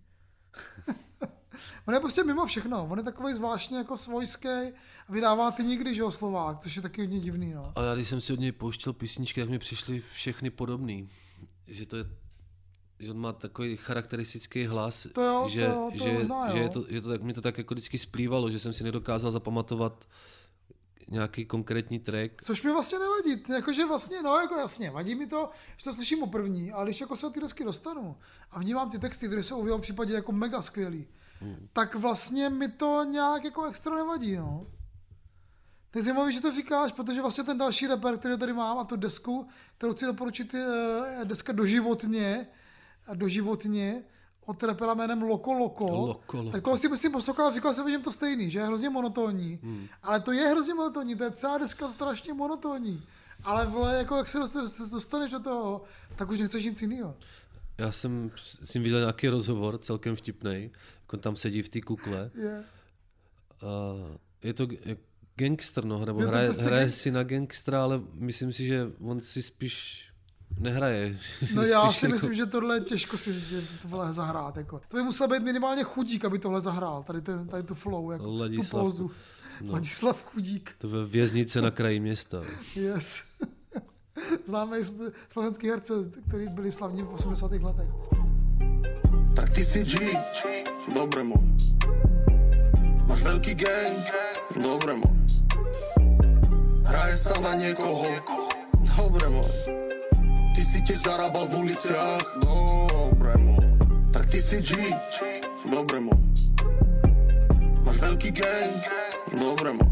On je prostě mimo všechno, on je takovej zvláštně jako svojský a vydává ty nikdy, že jo, Slovák, což je taky hodně divný, no. Ale já když jsem si od něj pouštěl písničky, tak mi přišly všechny podobný. Že on má takový charakteristický hlas, že mi to tak jako vždycky splývalo, že jsem si nedokázal zapamatovat nějaký konkrétní track. Což mi vlastně nevadí, jakože vlastně, no jako jasně, vadí mi to, že to slyším poprvní, ale když jako se od ty desky dostanu a vnímám ty texty, které jsou v jeho případě jako mega skvělý, tak vlastně mi to nějak jako extra nevadí, no. To je zajímavé, že to říkáš, protože vlastně ten další rapper, který tady mám a tu desku, kterou chci doporučit, je deska Doživotně od rapera jménem Loko. Tak toho si myslím poslouchal, říkal jsem, že to stejný, že je hrozně monotónní. Ale to je hrozně monotónní, to je celá deska strašně monotónní. Ale vole, jako jak se dostaneš do toho, tak už nechceš nic jinýho. Já jsem s ním viděl nějaký rozhovor, celkem vtipnej, jako tam sedí v té kukle. Yeah. Je to gangster, no, nebo hraje si na gangstra, ale myslím si, že on si spíš nehraje. No já si myslím, že tohle těžko si tohle zahrát. Jako. To by musel být minimálně Chudík, aby tohle zahrál. Tady tu flow, jako, tu pózu. No. Ladislav Chudík. To ve věznice na kraji města. Yes. Známe slovenský herce, který byli slavní v 80. letech. Tak ty si G, dobre môj. Máš veľký gang, dobre môj. Hraje sa na niekoho, dobre môj. Ty si tiež zarábal v uliciach, dobre môj. Tak ty si G, dobre môj. Máš veľký gang, dobre môj.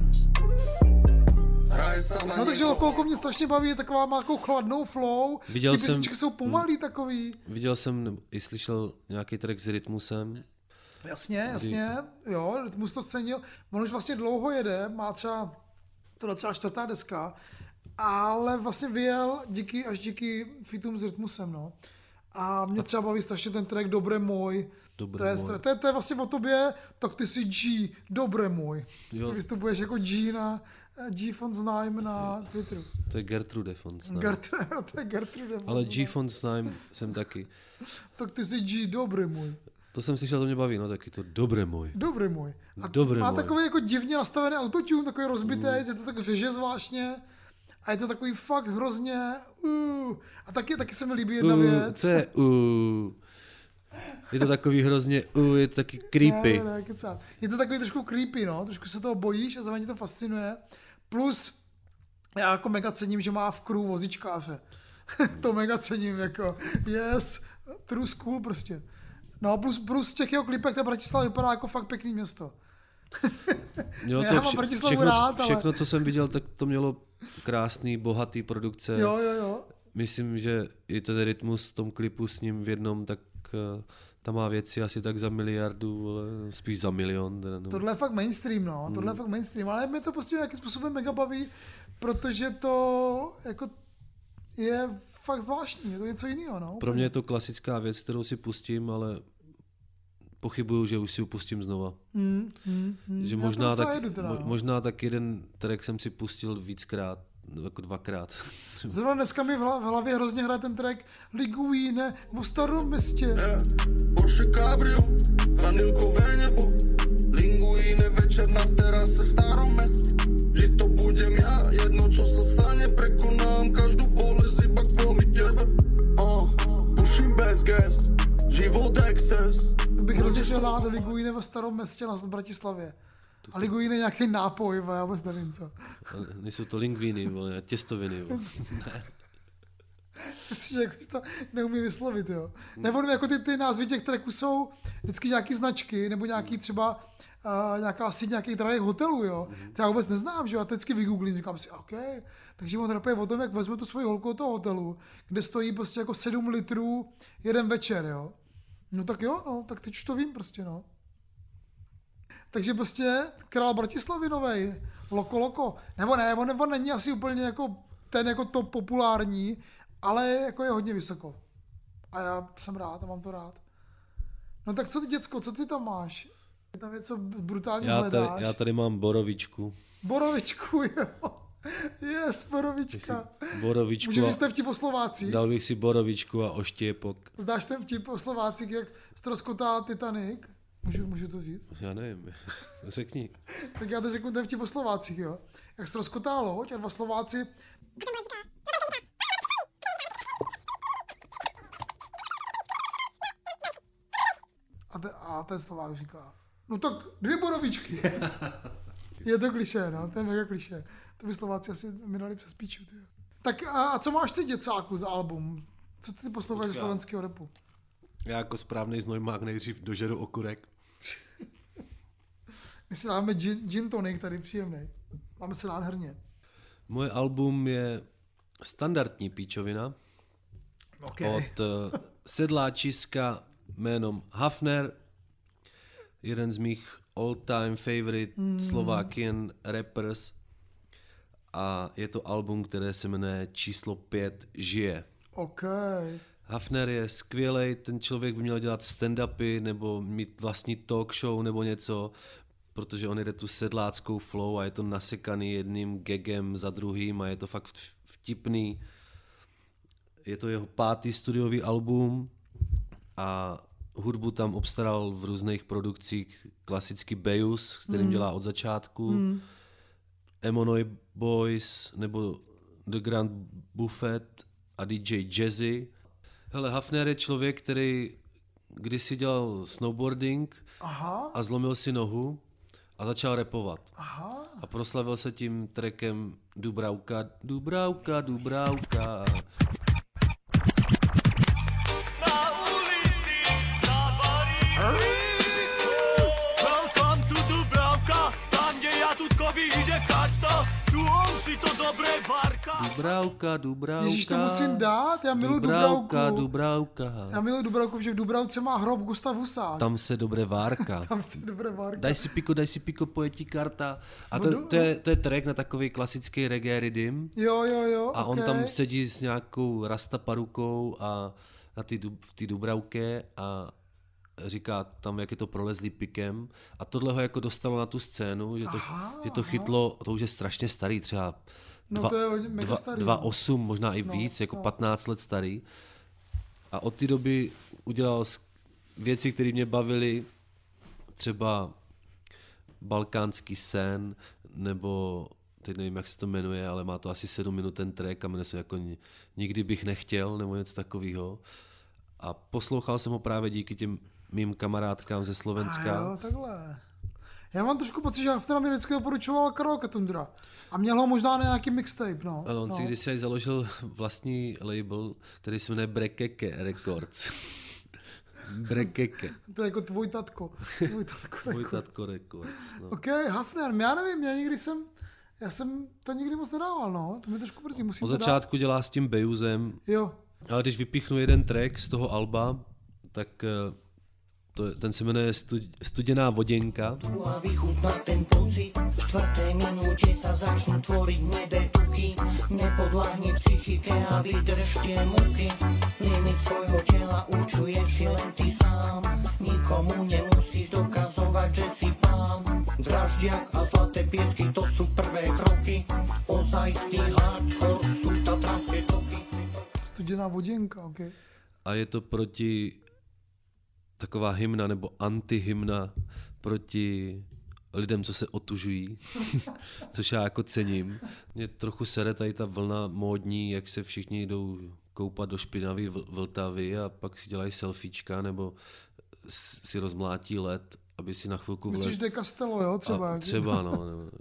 No takže Loko mě strašně baví, je taková, má takovou chladnou flow, ty písničky jsou pomalý takový. Viděl jsem i slyšel nějaký track s Rytmusem. Jasně, jo, Rytmus to scenil, on už vlastně dlouho jede, má třeba, to docela 4. deska, ale vlastně vyjel díky featům s Rytmusem, no. A mě třeba baví strašně ten track Dobre môj. To je vlastně o tobě, tak ty si G, Dobre môj. Ty vystupuješ jako G na G von Znaim na Twitteru. To je Gertrude von Znaim. To je Gertrude von Ale G von Znaim jsem taky. Tak ty si G, Dobre môj. To jsem slyšel, to mě baví, no taky to Dobre môj. Dobre môj. A Dobre má môj. takový jako divně nastavený autotune, takový rozbitý, že to tak řeže zvláštně. A je to takový fakt hrozně A taky se mi líbí jedna věc. Co je Je to takový hrozně je to taky creepy. Ne, je to takový trošku creepy, no. Trošku se toho bojíš a zároveň tě to fascinuje. Plus já jako mega cením, že má v crew vozičkáře. To mega cením, jako yes, true school prostě. No plus v těch jeho klipech ta Bratislava vypadá jako fakt pěkný město. Jo, já mám Bratislavu rád, všechno, co jsem viděl, tak to mělo krásný, bohatý produkce. Jo. Myslím, že i ten rytmus v tom klipu s ním v jednom, tak tam má věci asi tak za miliardu, ale spíš za milion. Tohle je fakt mainstream, no. Tohle je fakt mainstream, ale mě to prostě nějakým způsobem mega baví, protože to jako je fakt zvláštní, je to něco jiného, no. Pro mě je to klasická věc, kterou si pustím, ale pochybuju, že už si ji pustím znova. Že možná tak jeden track jsem si pustil víckrát, jako 2krát. Zrovna dneska mi v hlavě hrozně hraje ten track Liguine v Starém Městě. Porsche Cabrio, vanilkové nebo Linguine večer na terase v Starom Městě. Že to budem já, jedno čo sa stane, prekonám každú bolesť iba kvôli tebe. Puším bez gest, život exces. Bych hrozně šel dát Liguine ve Starém Městě na Bratislavě. A Liguine je nějaký nápoj, já vůbec nevím co. Nejsou to lingviny, těstoviny. Myslím, že jako to neumí vyslovit, jo. Nebo jako ty názvy těch tracků jsou vždycky nějaký značky, nebo nějaký třeba nějaká síť nějakých drahých hotelů, jo. To já vůbec neznám, že jo. Já to vždycky vygooglím, říkám si, OK. Takže on rapuje o tom, jak vezme tu svoji holku od toho hotelu, kde stojí prostě jako 7 litrů jeden večer, jo. No tak jo, no, tak teď už to vím prostě, no. Takže prostě král Bratislavy novej, Loko. Nebo ne, on není asi úplně jako ten jako top populární, ale jako je hodně vysoko. A já jsem rád a mám to rád. No tak co ty, děcko, co ty tam máš? Ty tam něco brutálně hledáš? Já tady mám borovičku. Borovičku, jo. Yes, borovička. Borovičku. Můžu říct ten vtip o Slovácích? Dal bych si borovičku a oštěpok. Zdáš ten vtip o Slovácích, jak ztroskotá Titanic? Můžu to říct? Já nevím, řekni. Tak já to řeknu ten vtip o Slovácích, jo. Jak ztroskotá loď a dva Slováci... A ten Slovák říká, no tak 2 borovičky. Je to klišé, no, to je mega klišé. To by Slováci asi mi dali přes píču, tyjo. Tak a co máš ty, děcáku, za album? Co ty posloucháš ze slovenského rapu? Já jako správnej znojmák nejdřív dožeru okurek. My si dáme gin tonic tady příjemnej. Máme se nádherně. Moje album je standardní píčovina. Okay. Od sedláčiska jménem Hafner, jeden z mých all-time favorite Slovakian rappers, a je to album, které se jmenuje Číslo 5 žije. Okay. Hafner je skvělej, ten člověk by měl dělat stand-upy nebo mít vlastní talk show nebo něco, protože on jede tu sedláckou flow a je to nasekaný jedním gagem za druhým a je to fakt vtipný. Je to jeho 5. studiový album a hudbu tam obstaral v různých produkcích klasický Bejus, s kterým dělá od začátku, Emonoy Boys nebo The Grand Buffet a DJ Jazzy. Hele, Hafner je člověk, který kdysi dělal snowboarding a zlomil si nohu a začal rapovat. Aha. A proslavil se tím trackem Dubravka, Dubravka, Dubravka. Welcome to Dubravka, tam, kde Jazutkovi ide karta, tu on si to dobre varka. Dubravka, Dubravka. Ježíš, to musím dát, já miluji Dubravku. Dubravka. Já miluji Dubravku, že v Dubravce má hrob Gustav Husák. Tam se dobré várka. Tam se dobré várka. Daj si piko, pojetí karta. A to je track na takový klasický reggae rhythm. Jo, a on tam sedí s nějakou rasta parukou a v té Dubravke a říká tam, jak je to prolezlý pikem. A tohle ho jako dostalo na tu scénu, že to chytlo, to už je strašně starý, třeba 2,8, možná i víc, jako 15 let starý. A od té doby udělal věci, které mě bavily, třeba Balkánský sen, nebo teď nevím, jak se to jmenuje, ale má to asi 7 minut ten track a jmenuje se jako Nikdy bych nechtěl, nebo něco takového. A poslouchal jsem ho právě díky těm mým kamarádkám ze Slovenska. Jo, takhle. Já mám trošku pocit, že Hafner mi vždycky doporučoval Karaoke Tundra. A měl ho možná na nějaký mixtape, no. Ale on si kdysi založil vlastní label, který se jmenuje Brekeke Records. Brekeke. To je jako tvůj tatko. Tvůj tatko Records. No. OK, Hafner, já nevím, já jsem to nikdy moc nedával, no. To mi trošku brzy musím od začátku dělá s tím Bejuzem. Jo. Ale když vypíchnu jeden track z toho alba, tak ten se jmenuje Studená voděnka. A vychutná ten pocit, v 4. minúte sa začnú tvoriť hnedé tuky. Nepodľahni psychike a vydržte muky. Limit svojho tela určuje si len ty sám. Nikomu nemusíš dokazovať, že si pán. Dražďak a zlaté piesky, to sú prvé kroky. Ozajstný hardcore sú tatranské toky. Studená voděnka, OK. A je to proti taková hymna nebo antihymna proti lidem, co se otužují, což já jako cením. Mě trochu sere tady ta vlna módní, jak se všichni jdou koupat do špinavé Vltavy a pak si dělají selfiečka nebo si rozmlátí led, aby si na chvilku vled. Myslíš De Castello, jo? Třeba. Třeba, no.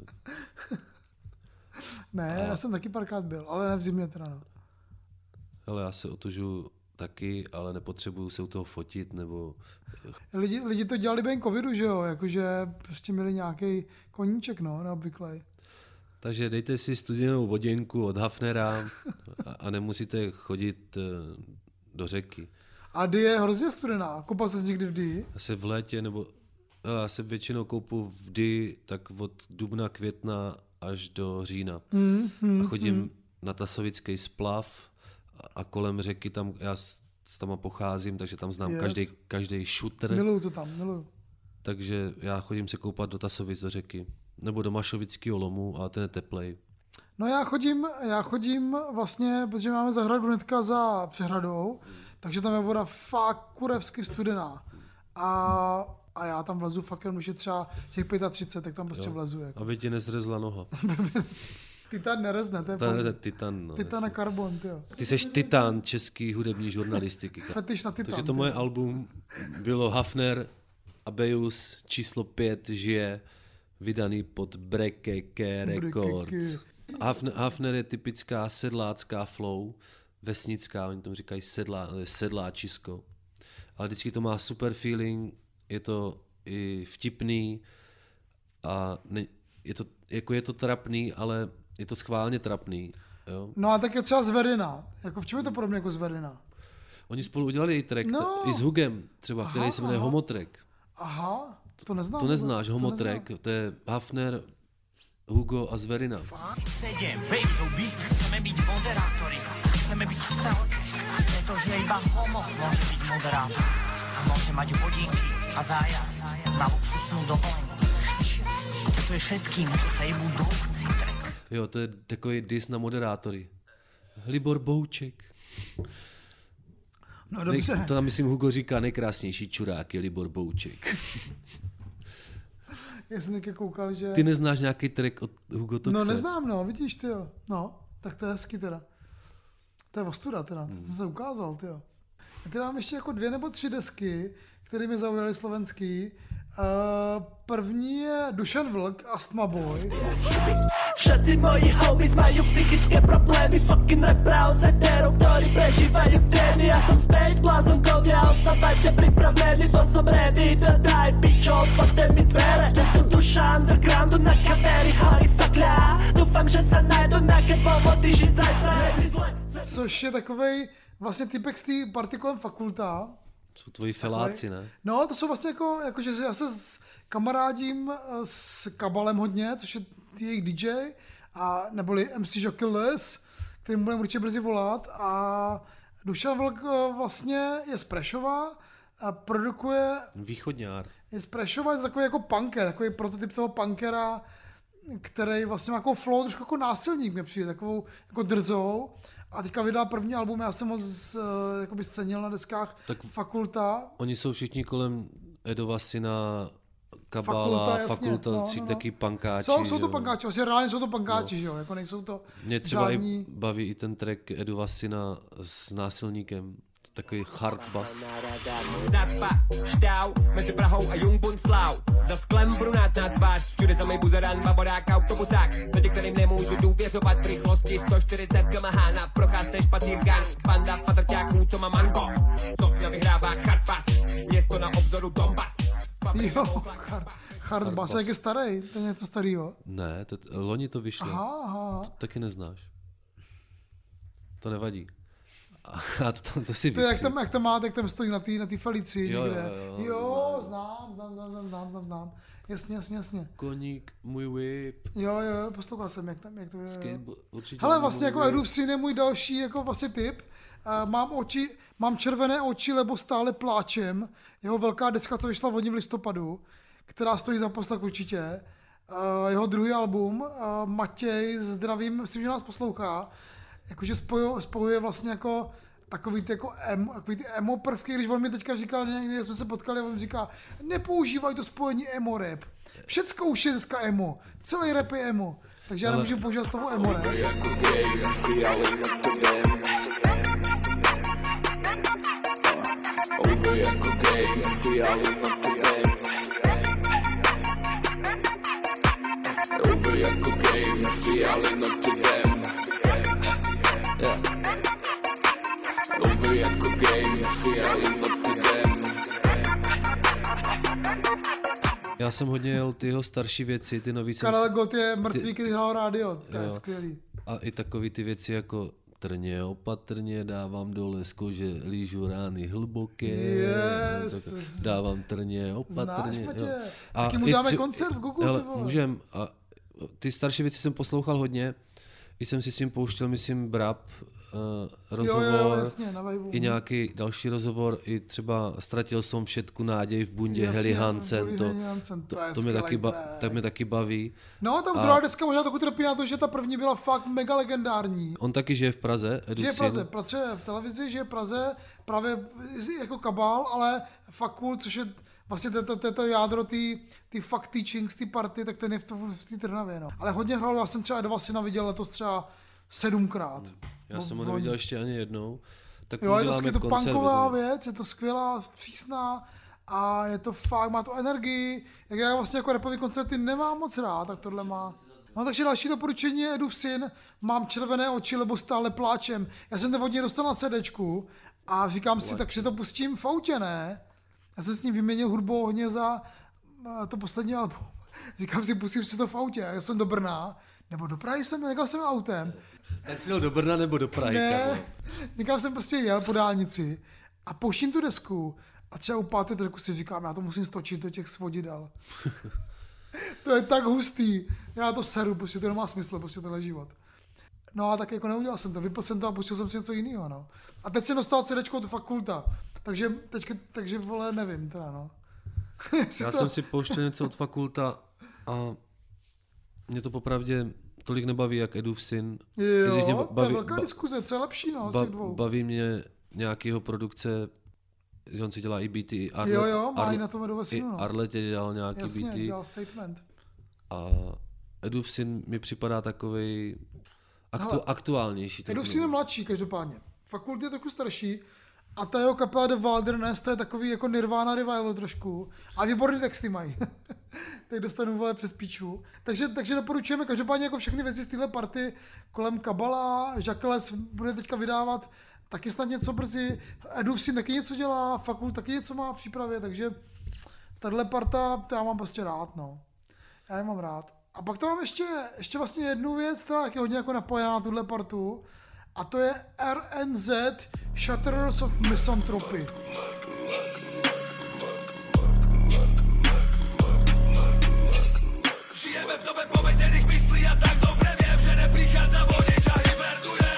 Ne, já jsem taky párkrát byl, ale ne v zimě teda, no. Hele, já se otužuju taky, ale nepotřebuju se u toho fotit, nebo... Lidi to dělali během covidu, že jo, jakože prostě měli nějaký koníček, no, neobvyklej. Takže dejte si studenou voděnku od Hafnera a nemusíte chodit do řeky. A Dee je hrozně studená, koupal ses někdy v Dee? Asi v létě, nebo já se většinou koupu v Dee tak od dubna, května až do října. A chodím na Tasovický splav, a kolem řeky tam, já tam pocházím, takže tam znám každý šutr. Miluju to tam, miluju. Takže já chodím se koupat do Tasovic do řeky. Nebo do Mašovického lomu, ale ten je teplej. No já chodím vlastně, protože máme zahradu hnedka za přehradou, takže tam je voda fakt kurevsky studená. A já tam vlezu fakt jenom, když je třeba těch 35, tak tam prostě vlezu. Jako. Aby ti nezrezla noha. Titan nerezne, to je Titan, no, Titan a karbon, tyjo. Ty seš titan český hudební žurnalistiky. Fetiš na Titan. Takže to moje album bylo Hafner a Bejus číslo 5 žije, vydaný pod Brekeke Records. Hafner je typická sedlácká flow, vesnická, oni tomu říkají sedláčisko. Ale vždycky to má super feeling, je to i vtipný a je to trapný, ale je to schválně trapný. Jo? No a tak je třeba Zverina. Jako v čem je to podobně jako Zverina? Oni spolu udělali i track, i s Hugem třeba, který se jmenuje Homotrack. Aha, to neznám. To neznáš, Homotrack, to je Hafner, Hugo a Zverina. Sedem, chceme byť moderátori, chceme byť v telke, pretože iba homo môže byť moderátor a môže mať hodinky a zájazd na luxusnú dovolenku. To je všetkým, čo sa jebú do citrek. Jo, to je takový diss na moderátory. Libor Bouček. No dobře. To tam myslím Hugo říká, nejkrásnější čurák je Libor Bouček. Já jsem taky koukal, že... Ty neznáš nějaký track od Hugo Toxe? No neznám, no, vidíš ty jo. No, tak to je hezky teda. To je ostuda teda, to jsem se ukázal, ty jo. Já teda mám ještě jako 2 nebo 3 desky, které mi zaujaly slovenský. První je Dušan Vlk, Astma Boy. Všetci moji homies majú psychické problémy, fucking repra od zetérov, ktorí prežívajú v trény. Ja som späť blázonkovia, ostávajte pripravení, bo som ready, to daj pičo, otvorte mi dvere. Tento duša undergroundu na kavéri, hory fakľa. Dúfam, že sa nájdu nejaké dôvody žiť zajtra, je zle. Což je takovej vlastně typek z té party kolem Fakulta. Jsou tvoji feláci, ne? No, to jsou vlastně jako že já se kamarádím s Kabalem hodně, což je jejich DJ, a neboli MC Jockey Les, kterým budeme určitě brzy volat, a Dušan Vlk vlastně je z Prešova a produkuje... Východňár. Je z Prešova, je takový jako punker, takový prototyp toho punkera, který vlastně má jako flow, trošku jako násilník mě přijde, takovou jako drzou. A teďka vydal první album, já jsem moc jakoby scenil na deskách tak Fakulta. Oni jsou všichni kolem Edova syna, Kabala, Fakulta, no. Taky punkáči. Jsou to punkáči, vlastně reálně jsou to punkáči, že jo, jako nejsou to mě třeba žádní... i baví i ten track Edova syna s násilníkem. takový hard bass. Zacpa, šťau, mezi Prahou a Jungbundslau. Za sklem brunát na tvář, všude samej buzeran, baborák, autobusák. Lidi, kterým nemůžu důvěřovat v rychlosti 140 km/h na procházce špatýrgan. Banda patrťáků, co má mango. Sokna vyhrává hard bass, město na obzoru Donbass. Jo, hard bass, jak je starý, to je něco starýho. Ne, loni to vyšlo. Aha. To taky neznáš. To nevadí. A to si víš. Jak to máte, jak tam stojí na té Felici někde. Jo, znám. Jasně. Koník, můj whip. Jo, poslouchal jsem, jak to je. Hele, vlastně jako Edův syn je můj další jako vlastně tip. Mám červené oči, lebo stále pláčem. Jeho velká deska, co vyšla v listopadu, která stojí za poslech určitě. Jeho druhý album, Matěj, zdravím, myslím, že nás poslouchá. Jakože spojuje vlastně jako takový ty emo prvky, když on mi teďka říkal, někdy jsme se potkali a on říká, nepoužívaj to spojení emo rap. Všecko už je dneska emo, celý rap je emo, takže já nemůžu používat slovo emo rap. Jako game, fialy noty dem. Já jsem hodně jel ty jeho starší věci, ty nový... Karel Gott je mrtvý, když hrál rádio, to je skvělý. A i takový ty věci jako trně opatrně, dávám dole z kože, lížu rány hluboké, yes. Dávám trně opatrně. Znáš, Matě? Taky mu dáme koncert v Google, hele, můžem. A ty starší věci jsem poslouchal hodně, i jsem si s tím pouštěl, myslím, Brab, rozhovor, jo, jasně, i nějaký další rozhovor, i třeba Ztratil jsem všetku nádej v bundě, Heli Hansen, to mě taky baví. No, tam druhá deska možná trochu trpí na to, že ta první byla fakt mega legendární. On taky žije v Praze, Žije v Praze, pracuje v televizi, žije v Praze, právě jako kabál, ale fakt cool, což je vlastně to jádro ty fakt teachings, ty party, tak ten je v té Trnavě, no. Ale hodně hrál, já jsem třeba Edova syna viděl letos třeba 7krát. Já jsem ho neviděl ještě ani jednou. Tak jo, je to punková věc, je to skvělá, přísná a je to fakt, má to energii. Jak já vlastně jako rapový koncerty nemám moc rád, tak tohle má. No takže další doporučení je Edův syn, Mám červené oči, lebo stále pláčem. Já jsem to od něj dostal na CDčku a říkám si, tak si to pustím v autě, ne? Já jsem s ním vyměnil hudbu hodně za to poslední album. Říkám si, pustím si to v autě. Já jsem do Brna, nebo do Prahy někam jsem autem. Tak jsi jel do Brna nebo do Prahy? Ne, někam jsem prostě jel po dálnici a pouštím tu desku a třeba u páté tracku si říkám, já to musím stočit do těch svodidel. To je tak hustý. Já to seru, prostě to nemá smysl, prostě tenhle život. No a tak jako neudělal jsem to, vypil jsem to a pustil jsem si něco jiného, no. A teď jsem dostal CDčko od Fakulta, takže vole, nevím teda, no. Já jsem si pouštěl něco od Fakulta a mě to popravdě tolik nebaví, jak Edův syn. Jo, to je velká diskuze, co je lepší, no, z těch dvou. Baví mě nějakýho produkce, že on si dělá i beaty, i má i na tom Edova synu, no. Arletě dělal nějaký beaty. Jasně, dělal Statement. A Edův syn mi připadá takovej aktuálnější. Edův syn je mladší, každopádně. Fakult je trochu starší a ta jeho kapela The Wilderness, to je takový jako Nirvana revival trošku. A výborný texty mají. Teď dostanu vole přes píču. Takže doporučujeme každopádně jako všechny věci z téhle party kolem Kabala, Jacques bude teďka vydávat taky snad něco brzy, Edův syn taky něco dělá, Fakult taky něco má v přípravě, takže tahle parta, to já mám prostě rád, no. Já je mám rád. A pak tam mám ještě vlastně jednu věc, která je hodně jako napojená na tuhle partu, a to je RNZ, Shatterers of Misanthropy. Žijeme v době povedených myslí a tak dobře viem, že neprichádza vodič a hibernuje.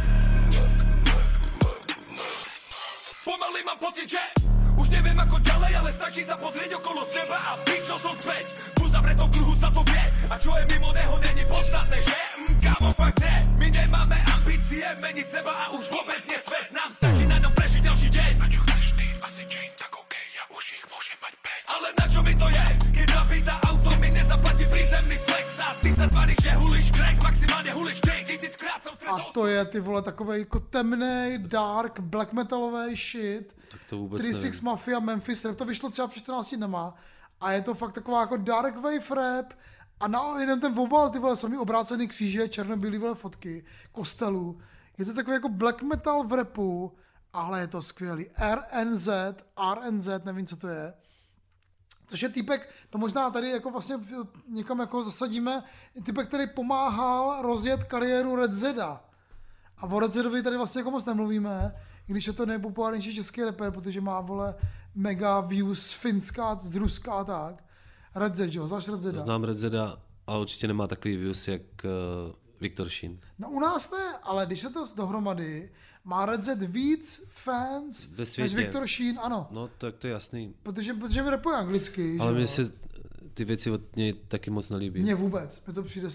Pomaly mám pocit, že už neviem ako ďalej, ale stačí sa pozrieť okolo seba a pičo som späť. V uzavretom kruhu sa to vie a čo je mimo neho není podstatné, že? Kámo, fakt ne, my nemáme ambície meniť seba a už vôbec nie svet. Nám stačí na ňom prežiť ďalší deň. A čo chceš ty? Asi chain, tak okej, ja už ich môžem mať 5. Ale na čo mi to je? Keď napýta auto mi nezaplatí prízemný flex a ty sa tváriš, že hulíš crack, maximálne hulíš ty. 1000krát som A to je, ty vole, takovej jako temnej, dark, black metalový shit. Tak to vůbec 36 Mafia, Memphis Rap, to vyšlo třeba před 14 dnama. A je to fakt taková jako dark wave rap. A na jeden ten obal, ty vole, samý obrácený kříže, černobílý vole fotky, kostelů. Je to takový jako black metal v rapu, ale je to skvělý. RNZ, nevím, co to je. Což je týpek, to možná tady jako vlastně někam jako zasadíme, týpek, který pomáhal rozjet kariéru Red Zeda. A o Red Zedovi tady vlastně jako moc nemluvíme, i když je to nejpopulárnější český rapper, protože má, vole, mega views z Finska, z Ruska a tak. Red Zed, jo, znáš Red Zeda? Znám Red Zeda, ale určitě nemá takový views jak Viktor Šín. No u nás ne, ale když se to dohromady, má Red Zed víc fans než Viktor Šín, ano. No, tak to je jasný. Protože mi rapuje anglicky, ale že mně se ty věci od něj taky moc nelíbí. Mně vůbec, mi to přijde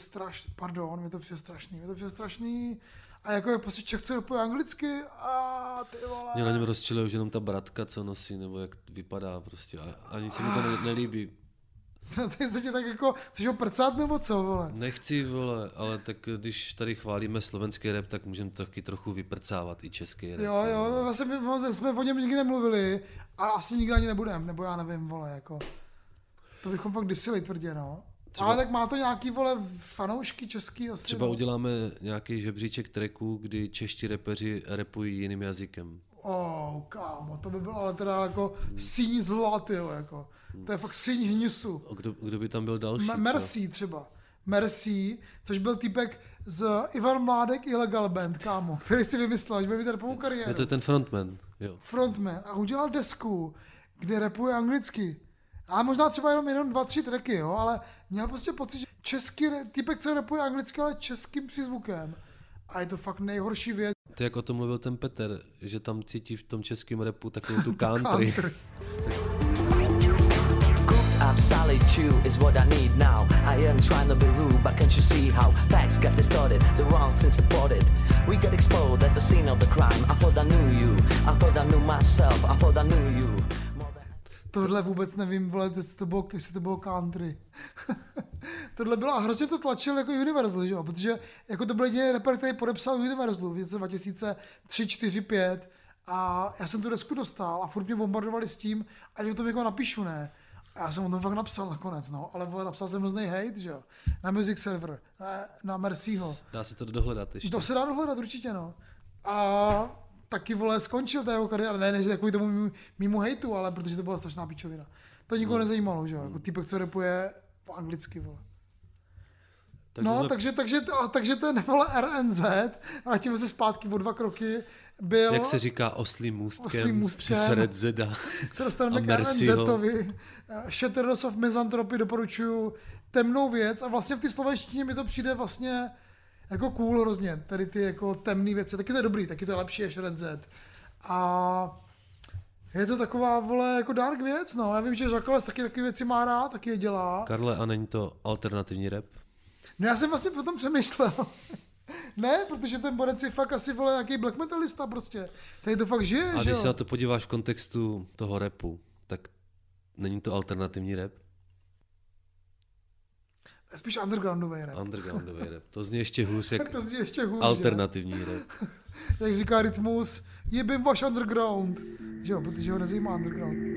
strašný. A jako je prostě Čech, co rapuje anglicky a ty vole. Mě na něm rozčiluje už jenom ta bratka, co nosí, nebo jak vypadá prostě. Ani se mi to nelíbí. Ty se tě tak jako, chceš ho prcat nebo co, vole? Nechci, vole, ale tak když tady chválíme slovenský rap, tak můžeme taky trochu vyprcávat i český rap. Jo, vlastně jsme o něm nikdy nemluvili a asi nikdy ani nebudeme, nebo já nevím, vole, jako. To bychom fakt disili tvrdě, no. Třeba, ale tak má to nějaký, vole, fanoušky český asi. Třeba uděláme nějaký žebříček tracků, kdy čeští rapeři rapují jiným jazykem. Kámo, to by bylo ale teda jako síň zla, tyjo, jako. To je fakt síň hnisu. A kdo by tam byl další? Mercy třeba. Mercy, což byl týpek z Ivan Mládek Illegal Band, kámo, který si vymyslel, že bude mít rapovou kariéru. Je to ten frontman, jo. Frontman. A udělal desku, kde rapuje anglicky. Ale možná třeba jenom 2-3 tracky, jo, ale měl prostě pocit, že český týpek, co rapuje anglicky, ale českým přízvukem. A je to fakt nejhorší věc. To jak o tom mluvil ten Petr, že tam cítí v tom českém rapu takovou tu country. I'm solid chew is what I need now. I am trying to be rude, but can't you see how facts got distorted, the wrong things reported. We got exposed at the scene of the crime. I thought I knew you, I thought I knew myself, I thought I knew you. Tohle vůbec nevím, vole, jestli to bylo country. Tohle bylo, a hrozně to tlačil jako Universal, že jo, protože jako to byl jediný rapper, který podepsal Universalu v roce 2003, 4, 5 a já jsem tu desku dostal a furt mě bombardovali s tím, ať o tom jako napíšu, ne. A já jsem o tom fakt napsal nakonec, no, ale vole, napsal jsem hrozný hate, že jo, na Music Server, na Mercyho. Dá se to dohledat ještě. To se dá dohledat určitě, no. A taky, vole, skončil ta jeho kariéra, ne, že takový tomu mýmu hejtu, ale protože to byla strašná pičovina. To nikoho nezajímalo, že jo, jako týpek, co rapuje po anglicky, vole. No, takže ten, vole, RNZ, vrátíme se zpátky o 2 kroky, byl... Jak se říká, oslým můstkem přes Red Zeda se dostaneme k RNZovi. Shatterers of Misanthropy doporučuju, temnou věc a vlastně v té slovenštině mi to přijde vlastně jako cool hrozně, tady ty jako temné věci, taky to je dobrý, taky to je lepší než Red Z. A je to taková, vole, jako dark věc, no. Já vím, že Žakales taky takové věci má rád, taky je dělá. Karle, a není to alternativní rap? No já jsem vlastně potom přemýšlel. Ne, protože ten Borec je fakt asi, vole, nějaký black metalista prostě. Tady to fakt žije, a když se na to podíváš v kontextu toho rapu, tak není to alternativní rap? Spíš undergroundový rap. Undergroundový rap. To zní ještě hůř jak to zní ještě hůř, alternativní rap. Jak říká Rytmus, jebím váš underground. Že jo, protože ho nezajímá underground.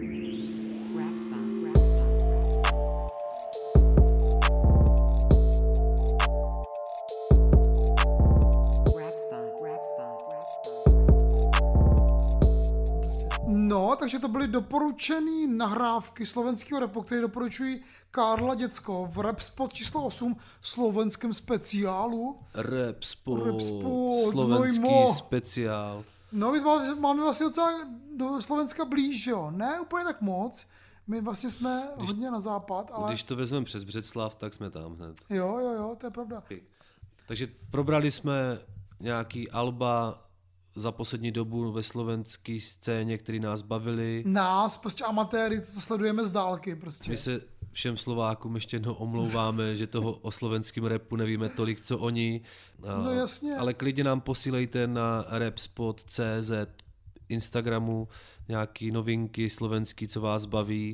No, takže to byly doporučené nahrávky slovenského rapu, které doporučují Karla Děcko v Rapspot číslo 8 slovenském speciálu. Rapspot slovenský speciál. No, my máme vlastně docela do Slovenska blíž, jo. Ne úplně tak moc. My vlastně jsme hodně na západ, ale... Když to vezmeme přes Břeclav, tak jsme tam hned. Jo, to je pravda. Takže probrali jsme nějaký alba za poslední dobu ve slovenské scéně, který nás bavili. Nás, prostě amatéry, to sledujeme z dálky prostě. My se všem Slovákům ještě jednou omlouváme, že toho o slovenském rapu nevíme tolik, co oni. No jasně. Ale klidně nám posílejte na rapspot.cz Instagramu nějaký novinky slovenský, co vás baví.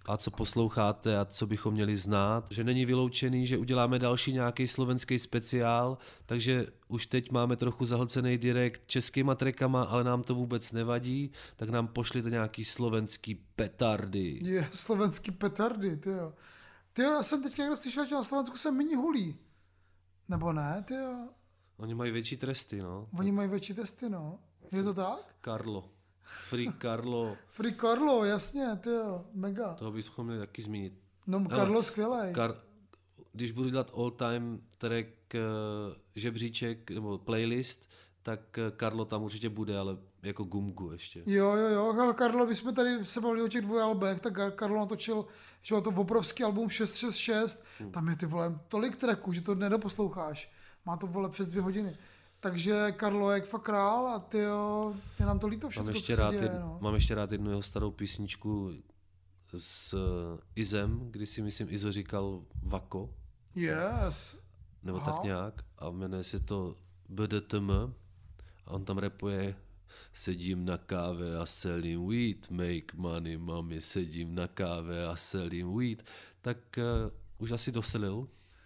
a co posloucháte a co bychom měli znát. Že není vyloučený, že uděláme další nějaký slovenský speciál, takže už teď máme trochu zahlcený direkt českýma trackama, ale nám to vůbec nevadí, tak nám pošlete nějaký slovenský petardy. Slovenský petardy, tyjo. Tyjo, já jsem teďka někdo slyšel, že na Slovensku se méně hulí. Nebo ne, tyjo? Oni mají větší tresty, no. Oni mají větší testy, no. Je to tak? Karlo. Free Karlo. Free Karlo, jasně, tyjo, mega. Toho bychom měli taky zmínit. No, Karlo skvělej. Když budu dělat all time track žebříček nebo playlist, tak Karlo tam určitě bude, ale jako gumgu ještě. Jo, Karlo, my jsme tady se bavili o těch 2 albech, tak Karlo natočil, že to obrovský album 666, tam je ty vole tolik tracků, že to nedoposloucháš. Má to vole přes 2 hodiny. Takže Karlo je fakt král a tyjo, je nám to líto všechno, co se děje. Mám ještě rád jednu jeho starou písničku s Izem, kdy si myslím Izo říkal Vako. Yes. Nebo tak nějak. A jmenuje se to BDTM. A on tam rapuje: sedím na káve a selím weed, make money, mami, sedím na káve a selím weed. Tak už asi doselil,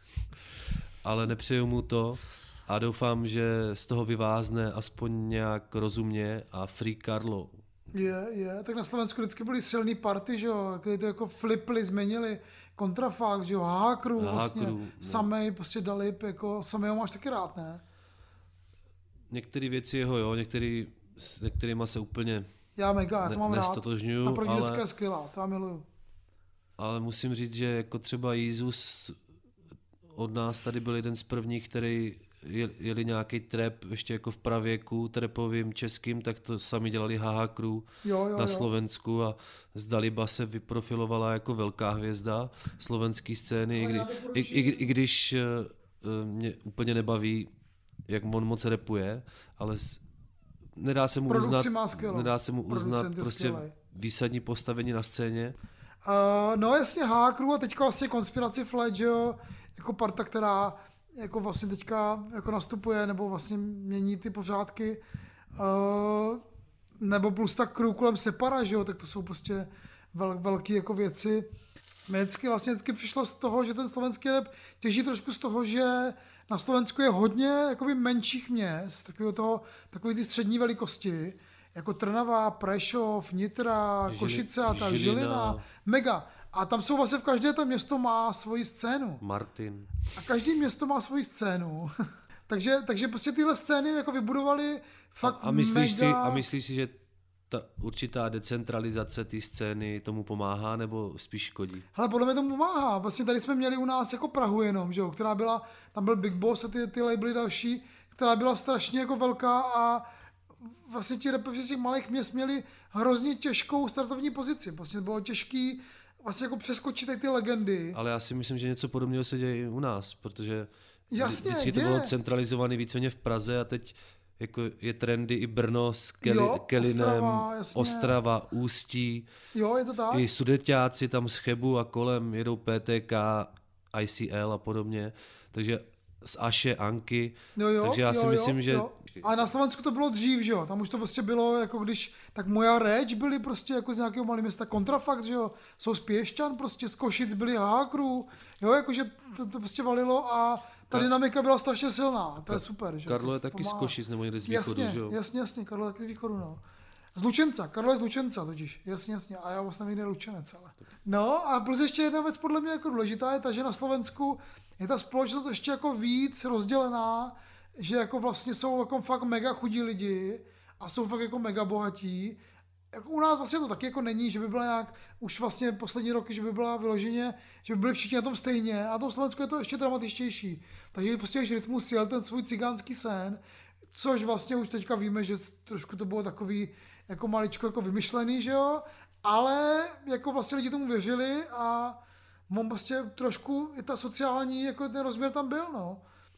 ale nepřeju mu to a doufám, že z toho vyvázne aspoň nějak rozumně a Free Karlo. Tak na Slovensku vždycky byly silný party, že jo, kdy to jako flipli, změnili kontrafakt, že jo, Hákru vlastně, samej prostě dali, jako samej máš taky rád, ne? Některé věci jeho, jo, s některýma se úplně já to mám rád. Ta první deska je skvělá, to já miluju. Ale musím říct, že jako třeba Jesus od nás tady byl jeden z prvních, který jeli nějaký trap ještě jako v pravěku trapovým českým, tak to sami dělali HH Crew na Slovensku a z Daliba se vyprofilovala jako velká hvězda slovenský scény, i když mě úplně nebaví, jak on moc rapuje, ale nedá se mu uznat prostě výsadní postavení na scéně. No jasně HH Crew a teďka vlastně Konspiraci Flight, že jo, jako parta, která jako vlastně teďka jako nastupuje nebo vlastně mění ty pořádky, nebo plus tak crew kolem Separa, že jo, tak to jsou prostě velké jako věci. Mě vždycky přišlo z toho, že ten slovenský rap těží trošku z toho, že na Slovensku je hodně jakoby menších měst, takový ty střední velikosti, jako Trnava, Prešov, Nitra, Košice a ta Žilina, mega. A tam jsou vlastně v každé to město má svoji scénu. Martin. A každé město má svoji scénu. takže prostě tyhle scény jako vybudovali fakt mega. A myslíš si, že ta určitá decentralizace té scény tomu pomáhá, nebo spíš škodí? Hele, podle mě tomu pomáhá. Vlastně tady jsme měli u nás jako Prahu jenom, že jo, která byla, tam byl Big Boss a ty labely další, která byla strašně jako velká a vlastně ti rapeři z těch malých měst měli hrozně těžkou startovní pozici. Vlastně bylo těžký vlastně jako přeskočit ty legendy. Ale já si myslím, že něco podobného se děje i u nás, protože vždycky to bylo centralizované víceméně v Praze a teď jako je trendy i Brno s Kelinem, Ostrava, Ústí. Jo, je to tak. I Sudeťáci tam z Chebu a kolem jedou PTK, ICL a podobně. Takže z Aše, Anky. Takže já si myslím, že... A na Slovensku to bylo dřív, že jo? Tam už to prostě bylo, jako když... Tak Moja Reč byli prostě jako z nějakého malého města Kontrafakt, že jo? Jsou z Piešťan, prostě z Košic byli HH Crew. Jo, jakože to prostě valilo a ta dynamika byla strašně silná. To je super, že jo? Karlo je taky z Košic nebo někde z východu, že jo? Jasně, Karlo je taky z východu, no. Z Lučenca, Karlo je z Lučenca totiž, jasně, a já vlastně nejde Lučenec, ale. No a plus ještě jedna věc podle mě jako důležitá je ta, že na Slovensku je ta společnost ještě jako víc rozdělená, že jako vlastně jsou jako fakt mega chudí lidi a jsou fakt jako mega bohatí. Jako u nás vlastně to taky jako není, že by byla nějak, už vlastně poslední roky, že by byla vyloženě, že by byli všichni na tom stejně a na tom Slovensku je to ještě dramatičtější. Takže prostě až Rytmus jel ten svůj cigánský sen, což vlastně už teďka víme, že trošku to bylo takový jako maličko jako vymyšlený, že jo, ale jako vlastně lidi tomu věřili a mám prostě trošku i ta sociální, jako ten rozměr tam byl, no.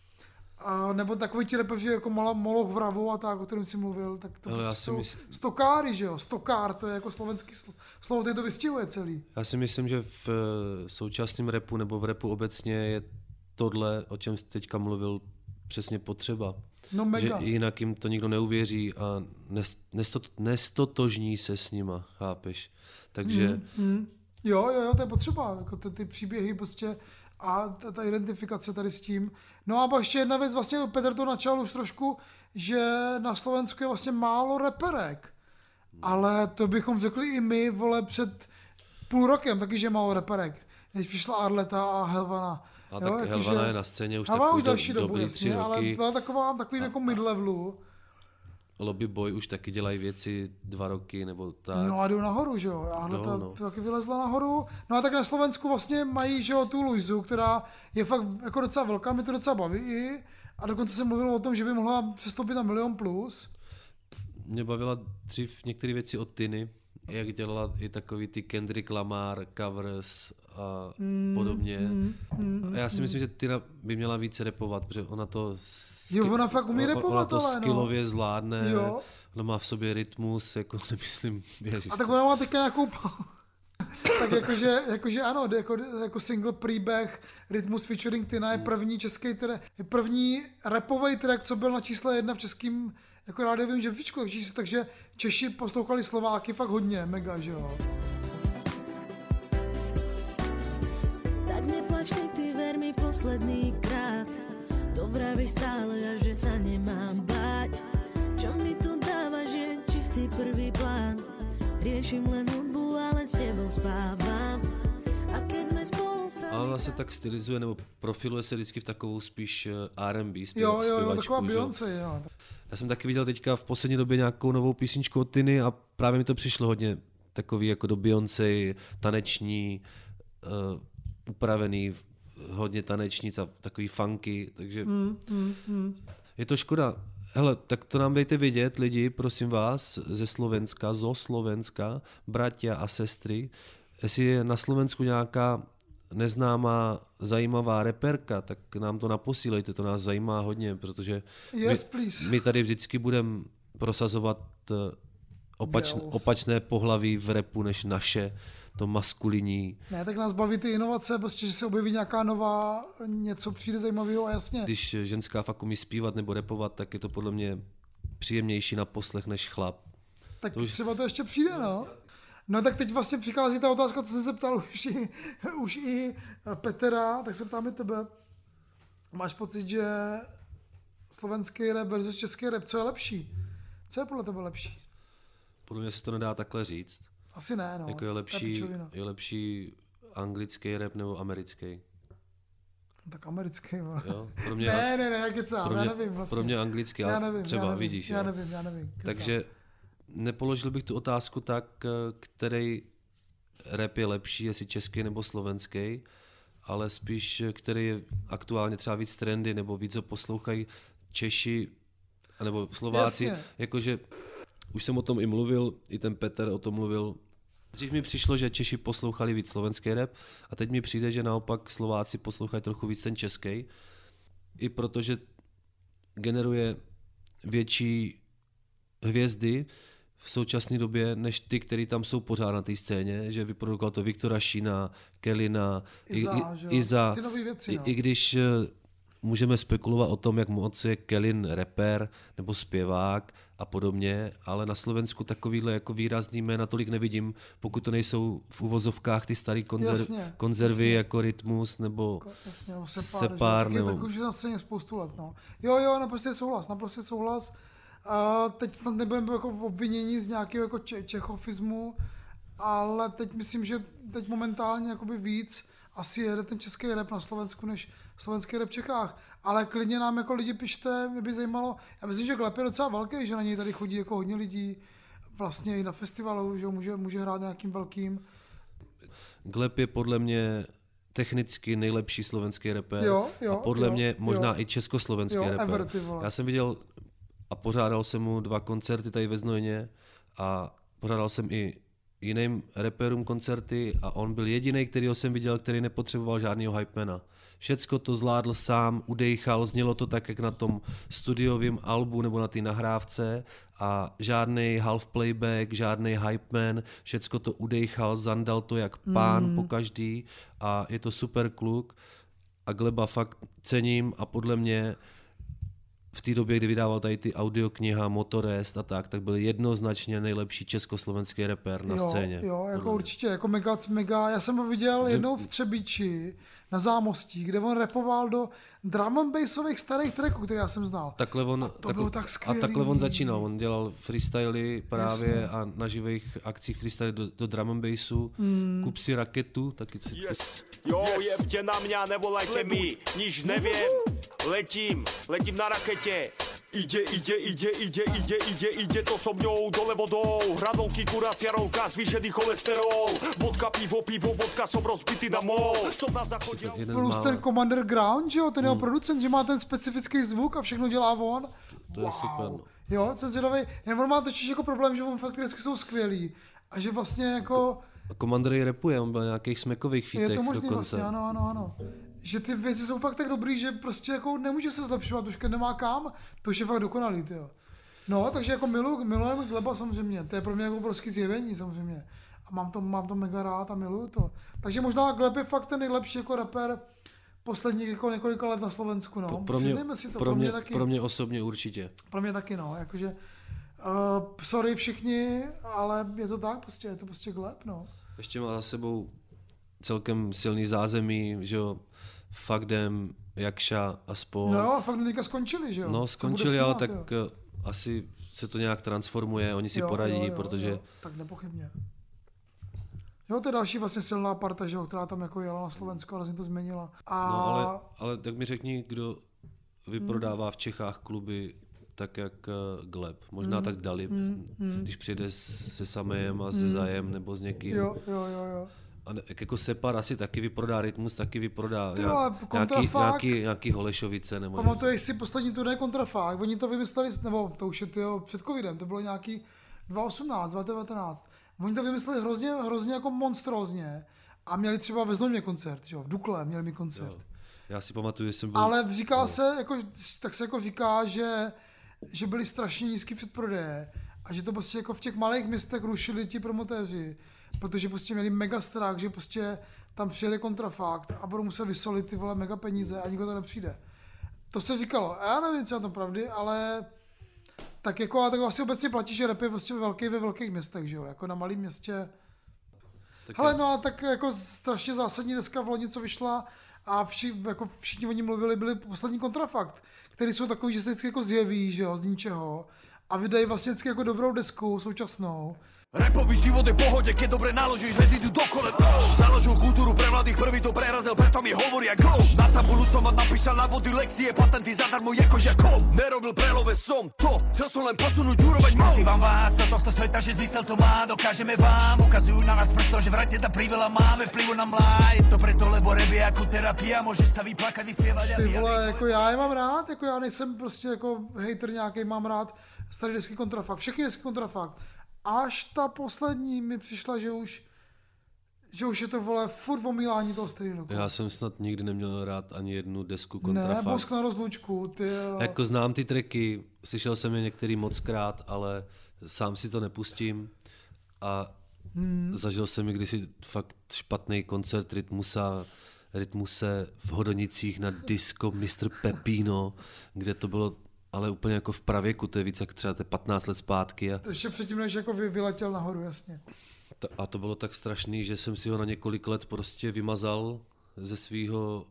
A nebo takový ti repeři jako Moloch Vravo a tak, o kterém jsi mluvil, tak to prostě jsou stokáry, že jo, stokár, to je jako slovenský slovo, tady to vystihuje celý. Já si myslím, že v současném rapu nebo v rapu obecně je tohle, o čem jsi teďka mluvil, přesně potřeba. No mega. Že jinak jim to nikdo neuvěří a nestotožní se s nima, chápeš? Takže Jo, to je potřeba, jako ty příběhy prostě a ta identifikace tady s tím. No a ještě jedna věc, vlastně Petr to načal už trošku, že na Slovensku je vlastně málo reperek. Ale to bychom řekli i my, vole, před půl rokem, taky, že málo reperek. Než přišla Arleta a Helvana. A tak Helvana je na scéně už takový další dobrý 3 roky. Ale byla takovým jako mid-levelu. Lobby Boy už taky dělají věci 2 roky nebo tak. No a jdou nahoru, že jo. Arleta taky vylezla nahoru. No a tak na Slovensku vlastně mají, že jo, tu Luizu, která je fakt jako docela velká, mě to docela baví i. A dokonce se mluvilo o tom, že by mohla přestoupit na 1 000 000 plus. Mě bavila dřív některé věci od Tiny, jak dělala i takový ty Kendrick Lamar covers a podobně. A já si myslím, že Tina by měla víc rapovat, protože ona to ona fakt umí rapovat, ona to skillově zvládne. Jo. Ona má v sobě rytmus, jako nemyslím, ježiš. A tak ona má teďka nějakou tak jakože ano, jako single Příběh, Rytmus featuring Tina je první český první rapový track, co byl na čísle 1 v českým jako rádiovým žebříčku, takže Češi poslouchali Slováky fakt hodně, mega, že jo. Tak neplač ty, ver mi posledný krát, to vravíš stále a že sa nemám báť. Čo mi tu dávaš je čistý prvý plán, riešim len hudbu, ale s tebou spávam. A keď sme spolu sa... Ale ona se tak stylizuje, nebo profiluje se vždycky v takovou spíš R&B zpěvačku. Jo, taková Beyoncé, jo. Já jsem taky viděl teďka v poslední době nějakou novou písničku od Tiny a právě mi to přišlo hodně takový jako do Beyoncé, taneční, upravený, hodně tanečnic a takový funky, takže je to škoda. Hele, tak to nám dejte vidět, lidi, prosím vás, zo Slovenska, bratia a sestry. Jestli je na Slovensku nějaká neznámá, zajímavá reperka, tak nám to naposílejte, to nás zajímá hodně, protože my tady vždycky budeme prosazovat opačné pohlaví v rapu než naše, to maskulinní. Ne, tak nás baví ty inovace, prostě, že se objeví nějaká nová, něco přijde zajímavého a jasně. Když ženská fakt umí zpívat nebo rapovat, tak je to podle mě příjemnější na poslech než chlap. Tak to třeba to ještě přijde, no. No tak teď vlastně přichází ta otázka, co jsem se ptal už i Petra, tak se ptám i tebe. Máš pocit, že slovenský rap versus český rap, co je lepší? Co je podle tebe lepší? Podle mě se to nedá takhle říct. Asi ne, no. Jako je lepší anglický rap nebo americký? Tak americký, jo? Pro mě, ne, já kecám, já nevím vlastně. Pro mě anglický, ale třeba vidíš. Já nevím. Takže nepoložil bych tu otázku tak, který rap je lepší, jestli český nebo slovenský, ale spíš, který je aktuálně třeba víc trendy, nebo víc ho poslouchají Češi, nebo Slováci. Jasně. Jakože už jsem o tom i mluvil, i ten Petr o tom mluvil. Dřív mi přišlo, že Češi poslouchali víc slovenský rap a teď mi přijde, že naopak Slováci poslouchají trochu víc ten český. I protože generuje větší hvězdy v současné době, než ty, který tam jsou pořád na té scéně, že vyprodukoval to Viktora Šína, Kelina, Iza. Ty nový věci, no. I když můžeme spekulovat o tom, jak moc je Kelin rapper nebo zpěvák a podobně, ale na Slovensku takovýhle jako výrazný jména tolik nevidím, pokud to nejsou v uvozovkách ty staré konzervy jako Rytmus nebo Separ. Nebo... Tak už je na scéně spoustu let. No. Jo, naprosto souhlas. A teď snad nebudeme jako v obvinění z nějakého jako čechofismu, ale teď myslím, že teď momentálně jakoby víc asi jede ten český rap na Slovensku než slovenský rap v Čechách. Ale klidně nám jako lidi pište, mě by zajímalo. Já myslím, že Gleb je docela velký, že na něj tady chodí jako hodně lidí vlastně i na festivalu, že může hrát nějakým velkým. Gleb je podle mě technicky nejlepší slovenský rapper a podle mě možná i československý rapper. Já jsem viděl a pořádal jsem mu 2 koncerty tady ve Znojmě a pořádal jsem i jiným rapperům koncerty a on byl jediný, kterýho jsem viděl, který nepotřeboval žádného hypemana. Všecko to zvládl sám, udejchal, znělo to tak, jak na tom studiovém albu nebo na té nahrávce a žádný half playback, žádný hypeman, všecko to udejchal, zandal to jak pán po každý a je to super kluk a Gleba fakt cením a podle mě v té době, kdy vydával tady ty audiokniha Motorest a tak byl jednoznačně nejlepší československý rapper na scéně. Jo, jako určitě, jako mega. Já jsem ho viděl jednou v Třebíči na Zámostí, kde on rapoval do drum and bassových starých tracků, které já jsem znal. Takhle on začínal, on dělal freestyly právě. Jasně. A na živých akcích freestyle do drum and bassu, Kup si raketu, taky Jo, jebte na mňa, nevolajte mi, nič neviem, letím na rakete. Ide to so mňou dole vodou. Hranolky, kuracia rovka, zvýšený cholesterol. Vodka, pivo, vodka, som rozbitý na mol. Som na zachodil. Plus ten Commander Ground, že jo, ten jeho producent, že má ten specifický zvuk a všechno dělá on. To je super. Jo, jsem zvědavý. On má totiž jako problém, že on fakt vždycky jsou skvělí. A že vlastně jako... Commander i rapuje, on byl na nějakých smekových fítech dokonce. Je to možný dokonce. Vlastně, ano. Že ty věci jsou fakt tak dobrý, že prostě jako nemůže se zlepšovat, už nemá kam, to už je fakt dokonalý, tyjo. No, takže jako milujeme Gleba samozřejmě, to je pro mě jako obrovský zjevení samozřejmě. A mám to mega rád a miluju to. Takže možná Gleb je fakt ten nejlepší jako rapper posledních jako několika let na Slovensku, no. Pro mě osobně určitě. Pro mě taky, no, jakože sorry všichni, ale je to tak prostě, je to prostě Gleb, no. Ještě má za sebou celkem silný zázemí, že jo, Fakdem, Jakša a spol. No a Fakdem teďka skončili, že jo? No skončili, ale tak asi se to nějak transformuje, oni si poradí, protože... Jo, tak nepochybně. Jo, to je další vlastně silná parta, že jo, která tam jako jela na Slovensku, ale to změnila. No ale tak mi řekni, kdo vyprodává v Čechách kluby tak jak Gleb. Možná tak Dalib, když přijde se Samejem a se Zajem nebo s někým. Jo. A jako Separ asi taky vyprodá, Rytmus taky vyprodá nějaký Holešovice. Nebo pamatuješ si poslední turné Kontrafakt, oni to vymysleli, nebo to už je před covidem, to bylo nějaký 2018, 2019. Oni to vymysleli hrozně jako monstrózně a měli třeba ve Znojmě koncert, že jo, v Dukle měli mi koncert. Jo. Já si pamatuju, že jsem byl... Ale říká se, jako, tak se jako říká, že byli strašně nízký předprodeje a že to prostě jako v těch malých městech rušili ti promotéři, protože prostě měli mega strach, že prostě tam přijede Kontrafakt a budou muset vysolit ty vole mega peníze a nikdo to nepřijde. To se říkalo, já nevím, co je tam pravdy, ale tak jako a tak asi obecně platí, že rap je prostě ve velkých městech, že jo, jako na malém městě. Hele, no a tak jako strašně zásadní dneska v loni, co vyšla a všichni o ní mluvili, byli poslední Kontrafakt, který jsou takový, že se vždycky jako zjeví, že jo, z ničeho a vydají vlastně vždycky jako dobrou desku současnou. Rapový život je pohode, keď dobre naložíš, hneď idú do kole. Založil kultúru pre mladých, prvý to prerazil, preto mi hovoria go. Na tabulu som ma napísal na vody lekcie, patenty zadarmo ako žiakov. Nerobil prelove som to, chcel som len posunúť úroveň mou. Vyzývam vás do tohto sveta, že zmysel to má, dokážeme vám. Ukazujú na nás prstom, že vraj teda priveľa máme, vplyvu na mlá. Je to preto, lebo rap je ako terapia, môžeš sa vyplakať, vyspievať a ty vole, jako já je mám rád, jako já nejsem prostě jako hater nějaký, mám rád starý desky Kontrafakt, všechny desky Kontrafakt. Až ta poslední mi přišla, že už je to, vole, furt omílání toho stejného. Já jsem snad nikdy neměl rád ani jednu desku Kontrafakt. Ne, Bosk na rozlučku, ty. Jako znám ty tracky, slyšel jsem je některý mockrát, ale sám si to nepustím a zažil jsem kdysi fakt špatný koncert Rytmuse v Hodonicích na disco Mr. Pepino, kde to bylo ale úplně jako v pravěku, to je víc jak třeba 15 let zpátky. To ještě předtím, než jako vyletěl nahoru, jasně. A to bylo tak strašný, že jsem si ho na několik let prostě vymazal ze svýho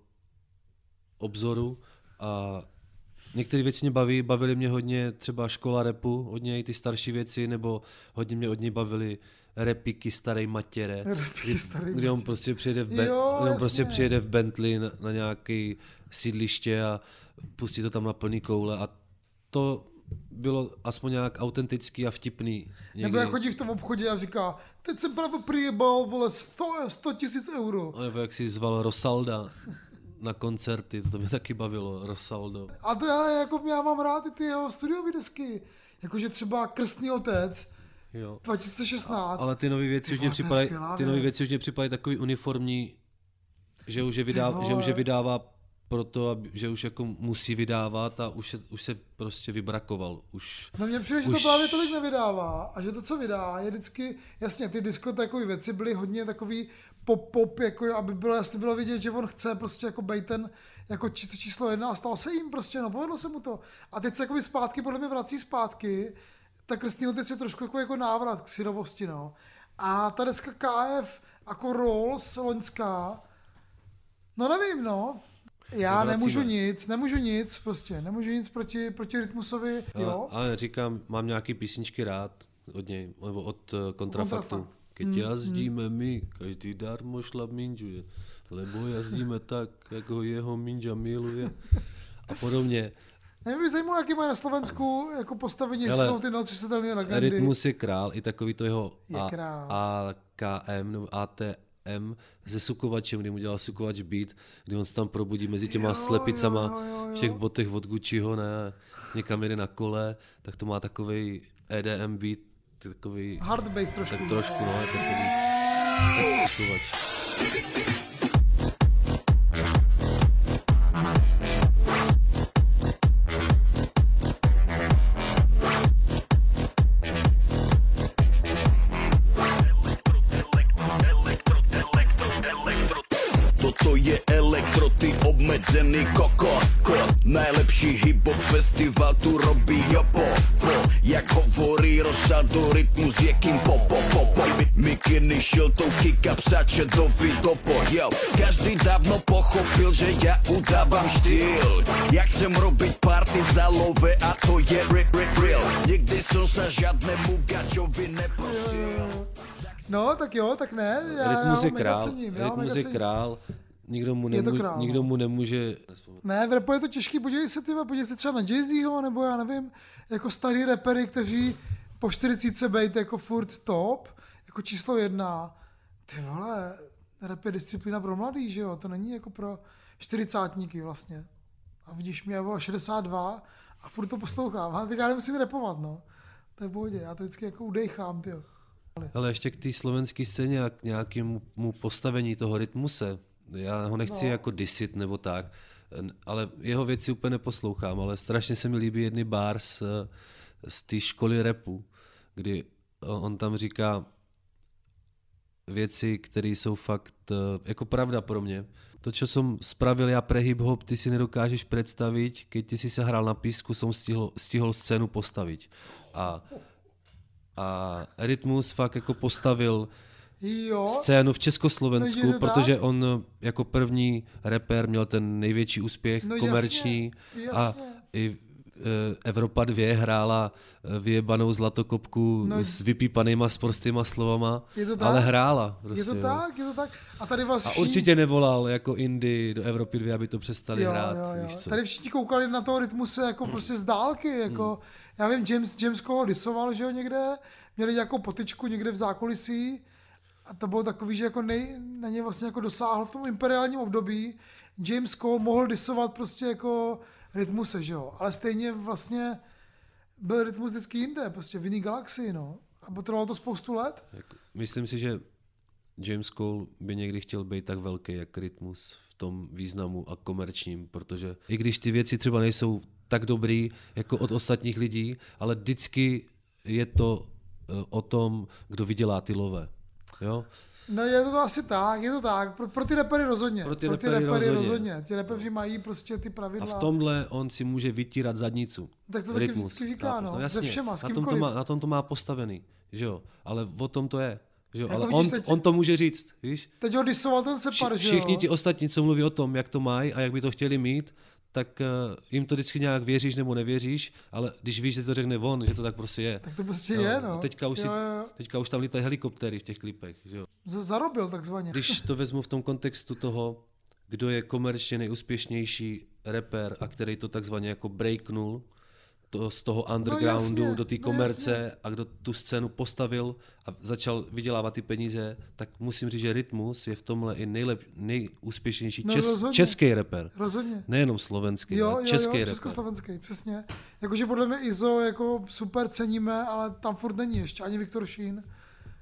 obzoru a některé věci mě bavily mě hodně třeba škola rapu, hodně i ty starší věci, nebo hodně mě od něj bavily repiky Starej Matěre, kdy on prostě přijede v Bentley na nějaké sídliště a pustí to tam na plný koule a to bylo aspoň nějak autentický a vtipný. Někdy. Nebo jak chodí v tom obchodě a říká, teď jsem právě přijebal, vole, 100 000 euro. Nebo jak si zval Rosalda na koncerty, to mě taky bavilo, Rosaldo. A to jako já mám rád i ty jeho studiové desky, jakože třeba Krstný otec, jo. 2016. Ale ty nové věci už mě připadají takový uniformní, že už je vydává proto, že už jako musí vydávat a už se prostě vybrakoval. No mně přijde, že to právě tolik nevydává a že to, co vydá, je vždycky, jasně, ty diskotékové věci byly hodně takový pop, jako aby bylo vidět, že on chce prostě jako bejt ten jako číslo 1 a stal se jim prostě, no povedlo se mu to. A teď se jakoby zpátky, podle mě vrací zpátky, tak Krstný otec je trošku jako návrat k syrovosti, no. A ta deska KF jako Rolls loňská, no nevím, no. Já nemůžu nic proti Rytmusovi, jo. Ale říkám, mám nějaký písničky rád od něj, nebo od Kontrafaktu. Keď jazdíme my, každý darmo šlap minžuje, lebo jazdíme tak, jak ho jeho minža miluje a podobně. Nevím, by zajímalo, jaký mají na Slovensku jako postavení, jestli jsou ty neotřesitelné legendy. Rytmus je král, i takový to jeho AKM nebo ATM se sukovačem, kdy mu dělal sukovač beat, kdy on se tam probudí mezi těma slepicama v těch botech od Gucciho, ne, někam jede na kole, tak to má takovej EDM beat, takový... Hard bass trošku. Tak trošku, no, je takový sukovač. Obmedzený koko, najlepší hip-hop festival tu robí jak hovorí Rosado, Rytmus je kým popo. Mikiny šel tou kika psače do vidopo, jo. Každý dávno pochopil, že já udávám štýl, jak jsem robiť party za love a to je real. Nikdy jsem sa žádnému gačovi neprosil. No, tak jo, tak ne, Rytmus je král, Rytmus je král. Nikdo mu nemůže... Ne, v rapu je to těžký, podívej se třeba na Jay-Zho, nebo já nevím, jako starý rapery, kteří po 40 bejt jako furt top, jako číslo 1. Ty vole, rap je disciplína pro mladý, že jo, to není jako pro 40tníky vlastně. A vidíš, mě bylo 62 a furt to poslouchám, a teď já nemusím rapovat, no. To je pohodě, já to vždycky jako udejchám, tyjo. Ale ještě k té slovenské scéně a k nějakému postavení toho Rytmuse. Já ho nechci jako disit nebo tak, ale jeho věci úplně neposlouchám, ale strašně se mi líbí jedny bars z té školy rapu, kdy on tam říká věci, které jsou fakt jako pravda pro mě. To, čo som spravil ja pre hip-hop, ty si nedokážeš predstaviť, keď ty si sa hral na písku, som stihol scénu postaviť. A Rytmus fakt jako postavil scénu v Československu, protože on jako první rapper měl ten největší úspěch komerční a i Evropa 2 hrála vyjebanou zlatokopku s vypípanýma sprostýma slovama, ale hrála. Prostě, je to tak. A tady vás všichni... A určitě nevolal jako Indy do Evropy 2, aby to přestali hrát. Víš co? Tady všichni koukali na toho Rytmuse jako prostě z dálky. Jako, já vím, James Cole disoval, že jo, někde, měli nějakou potyčku někde v zákulisí a to bylo takový, že jako na ně vlastně jako dosáhl v tom imperiálním období. James Cole mohl disovat prostě jako Rytmuse, že jo, ale stejně vlastně byl Rytmus vždycky jinde, prostě v jiný galaxii, no. A potrvalo to spoustu let. Myslím si, že James Cole by někdy chtěl být tak velký jak Rytmus v tom významu a komerčním, protože i když ty věci třeba nejsou tak dobrý jako od ostatních lidí, ale vždycky je to o tom, kdo vydělá ty love. Jo? No je to asi tak, je to tak. Pro ty rapery rozhodně. Pro ty rapery rozhodně. Ti rapeři mají prostě ty pravidla. A v tomhle on si může vytírat zadnicu. Tak to taky vždycky říká, no. Jasně, se všema, s kýmkoliv. Na tom to má postavený, že jo. Ale o tom to je. Že jo? Jako ale vidíš, on to může říct, víš? Teď ho disoval ten Separ, že jo. Všichni ti ostatní, co mluví o tom, jak to mají a jak by to chtěli mít, tak jim to vždycky nějak věříš nebo nevěříš, ale když víš, že to řekne on, že to tak prostě je. Tak to prostě je, no. Teďka už tam lítají helikoptéry v těch klipech, že jo. Zarobil takzvaně. Když to vezmu v tom kontextu toho, kdo je komerčně nejúspěšnější rapper a který to takzvaně jako breaknul z toho undergroundu do té komerce a kdo tu scénu postavil a začal vydělávat ty peníze, tak musím říct, že Rytmus je v tomhle i nejúspěšnější český rapper. Rozhodně. Nejenom slovenský, ale český rapper. Československý, přesně. Jakože podle mě Izo jako super ceníme, ale tam furt není ještě ani Viktor Šín.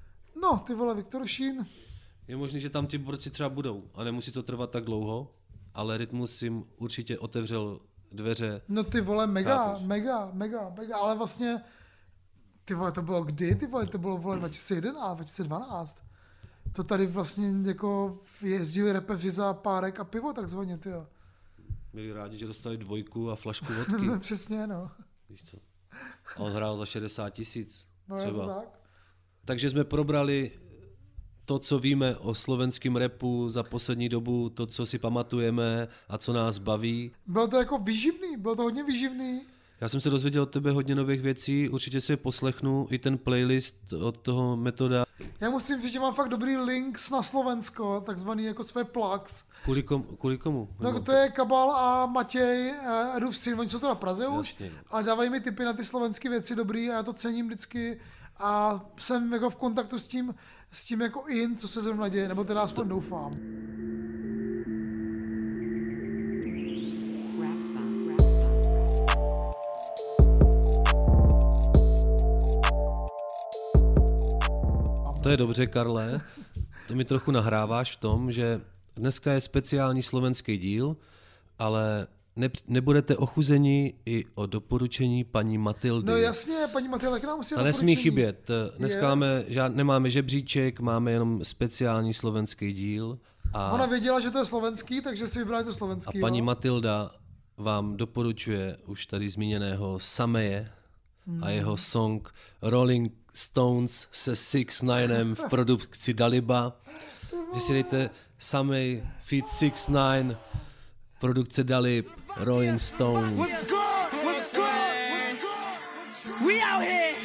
No, ty vole, Viktor Šín. Je možný, že tam ty borci třeba budou a nemusí to trvat tak dlouho, ale Rytmus jim určitě otevřel dveře. No ty vole, mega, ale vlastně, ty vole, to bylo kdy, ty vole, to bylo vole 2011, 2012. To tady vlastně jako jezdili rapeři za párek a pivo takzvaně, tyjo. Byli rádi, že dostali 2 a flašku vodky. No, přesně, no. Víš co? A on hrál za 60 000 no, třeba. Tak. Takže jsme probrali to, co víme o slovenském rapu za poslední dobu, to, co si pamatujeme a co nás baví. Bylo to jako výživný, bylo to hodně výživný. Já jsem se dozvěděl od tebe hodně nových věcí, určitě si je poslechnu, i ten playlist od toho Metoda. Já musím říct, že mám fakt dobrý links na Slovensko, takzvaný jako své plugs. Kvůli komu? No to je Kabal a Matěj, Edův syn, oni jsou to na Praze už, jasně. Ale dávají mi tipy na ty slovenské věci dobrý a já to cením vždycky a jsem jako v kontaktu s tím jako co se zrovna děje, nebo teda aspoň doufám. To je dobře, Karle. To mi trochu nahráváš v tom, že dneska je speciální slovenský díl, ale nebudete ochuzeni i o doporučení paní Matildy. No jasně, paní Matilda, jak nám musí doporučení. A nesmí chybět. Dneska nemáme žebříček, máme jenom speciální slovenský díl. A ona věděla, že to je slovenský, takže si vybrala to slovenský. A paní Matilda vám doporučuje už tady zmíněného Sameje a jeho song Rolling Stones se 6ix9ine v produkci Daliba. Že si dejte Samej feat 6ix9ine, produkce Dalib, Rolling Stones. What's good? We out here.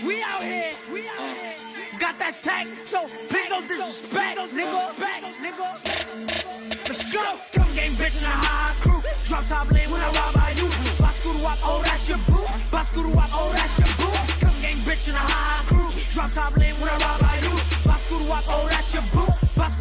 Got that tank, so big no disrespect, nigga. Let's go. Scum gang bitch in a high crew. Drop top lane when I ride by you. Baskuru up, oh that's your boo. Scum gang bitch in a high crew. Drop top lane when I ride by you. Baskuru up, oh that's your boo.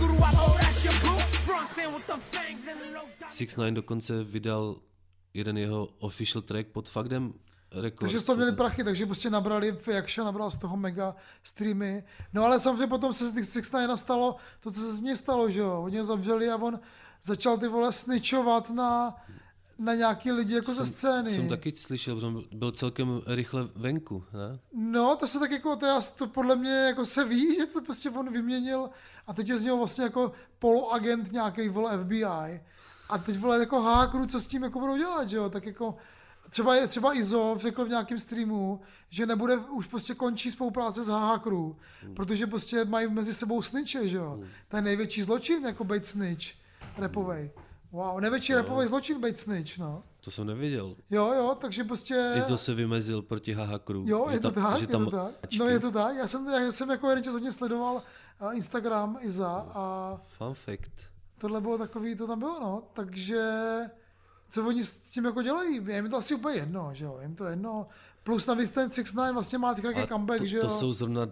6ix9ine dokonce vydal jeden jeho official track pod Fakdem Records. Takže z toho měli prachy, takže prostě nabrali, Jakša nabral z toho mega streamy. No ale samozřejmě potom se z 6ix9ine stalo to, co se z něj stalo, že jo. Oni ho zavřeli a on začal ty vole snitchovat na nějaký lidi jako ze scény. Jsem taky slyšel, že byl celkem rychle venku, ne? No, to se tak jako, to podle mě jako se ví, že to prostě on vyměnil a teď je z něho vlastně jako poloagent nějaký vole FBI. A teď vole jako hákru, co s tím jako budou dělat, že jo? Tak jako třeba Izo řekl v nějakém streamu, že nebude, už prostě končí spolupráce s HHCrew, protože prostě mají mezi sebou snitche, že jo? To je největší zločin, jako být snitch rapovej. Wow, největší rapový zločin být snitch, no. To jsem nevěděl. Jo, takže prostě... Izo se vymezil proti HHCrew. Jo, je to tak. No je to tak, já jsem jako jeden čas hodně sledoval Instagram Iza a... Fun fact. Tohle bylo takový, to tam bylo, no, takže... Co oni s tím jako dělají? Je mi to asi úplně jedno, že jo, jim to jedno. Plus navíc ten 6ix9ine vlastně má takový comeback, že jo. To jsou zrovna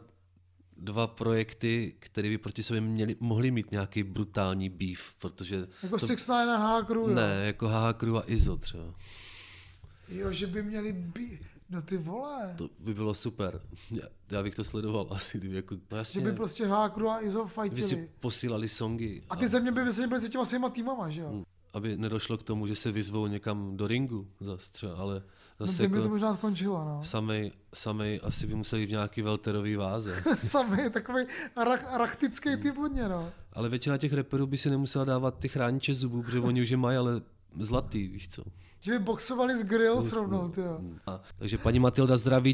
2 projekty, které by proti sobě mohli mít nějaký brutální beef, protože... Jako 6ix9ine a HHCrew, jo? Ne, jako HHCrew a Izo třeba. Jo, že by měli beef. No ty vole. To by bylo super. Já bych to sledoval asi, kdyby jako... No jasně. Že by prostě HHCrew a Izo fightili. Vy si posílali songy. A ty země by vlastně byly s těma svýma týmama, že jo? Aby nedošlo k tomu, že se vyzvou někam do ringu zase třeba, ale zase no, by to možná skončilo, no. Samej asi by museli v nějaký welterový váze. Samej, takový rachtický typ hodně, no. Ale většina těch rapperů by si nemusela dávat ty chrániče zubů, protože oni už je mají, ale zlatý, víš co. Že by boxovali s Grills rovnou, tyjo. Takže paní Matilda zdraví,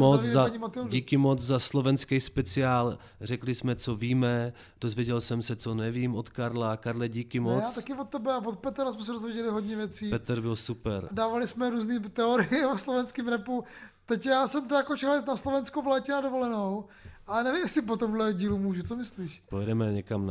díky moc za slovenský speciál. Řekli jsme, co víme, dozvěděl jsem se, co nevím od Karla. Karle, díky moc. Já taky od tebe a od Petra jsme se dozvěděli hodně věcí. Petr byl super. Dávali jsme různé teorie o slovenském rapu. Teď já jsem to jako čel na Slovensko v létě na dovolenou, ale nevím, jestli po tomhle dílu můžu, co myslíš? Pojedeme někam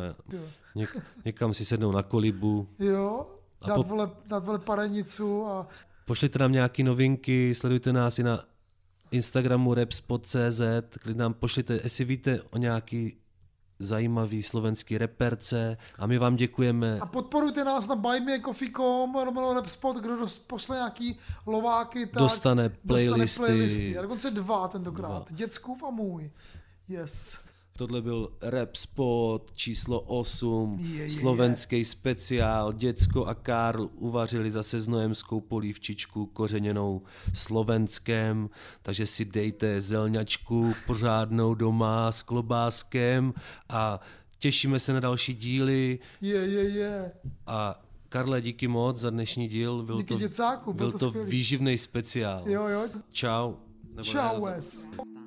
někam si sednou na kolibu. Jo. Dát vole parenicu a... Pošlijte nám nějaký novinky, sledujte nás i na Instagramu rapspot.cz, klidně nám pošlijte, jestli víte o nějaký zajímavý slovenský reperce a my vám děkujeme. A podporujte nás na buymeacoffee.com/rapspot, kdo pošle nějaký lováky, tak dostane playlisty. A dokonce 2 tentokrát, dětskův a můj. Yes. Tohle byl Rap Spot číslo 8, slovenský speciál. Děcko a Karl uvařili zase znojemskou polívčičku kořeněnou Slovenskem, takže si dejte zelňačku pořádnou doma s klobáskem a těšíme se na další díly. A Karle, díky moc za dnešní díl. Díky děcáku, byl to výživný speciál. Jo. Čau. Čau.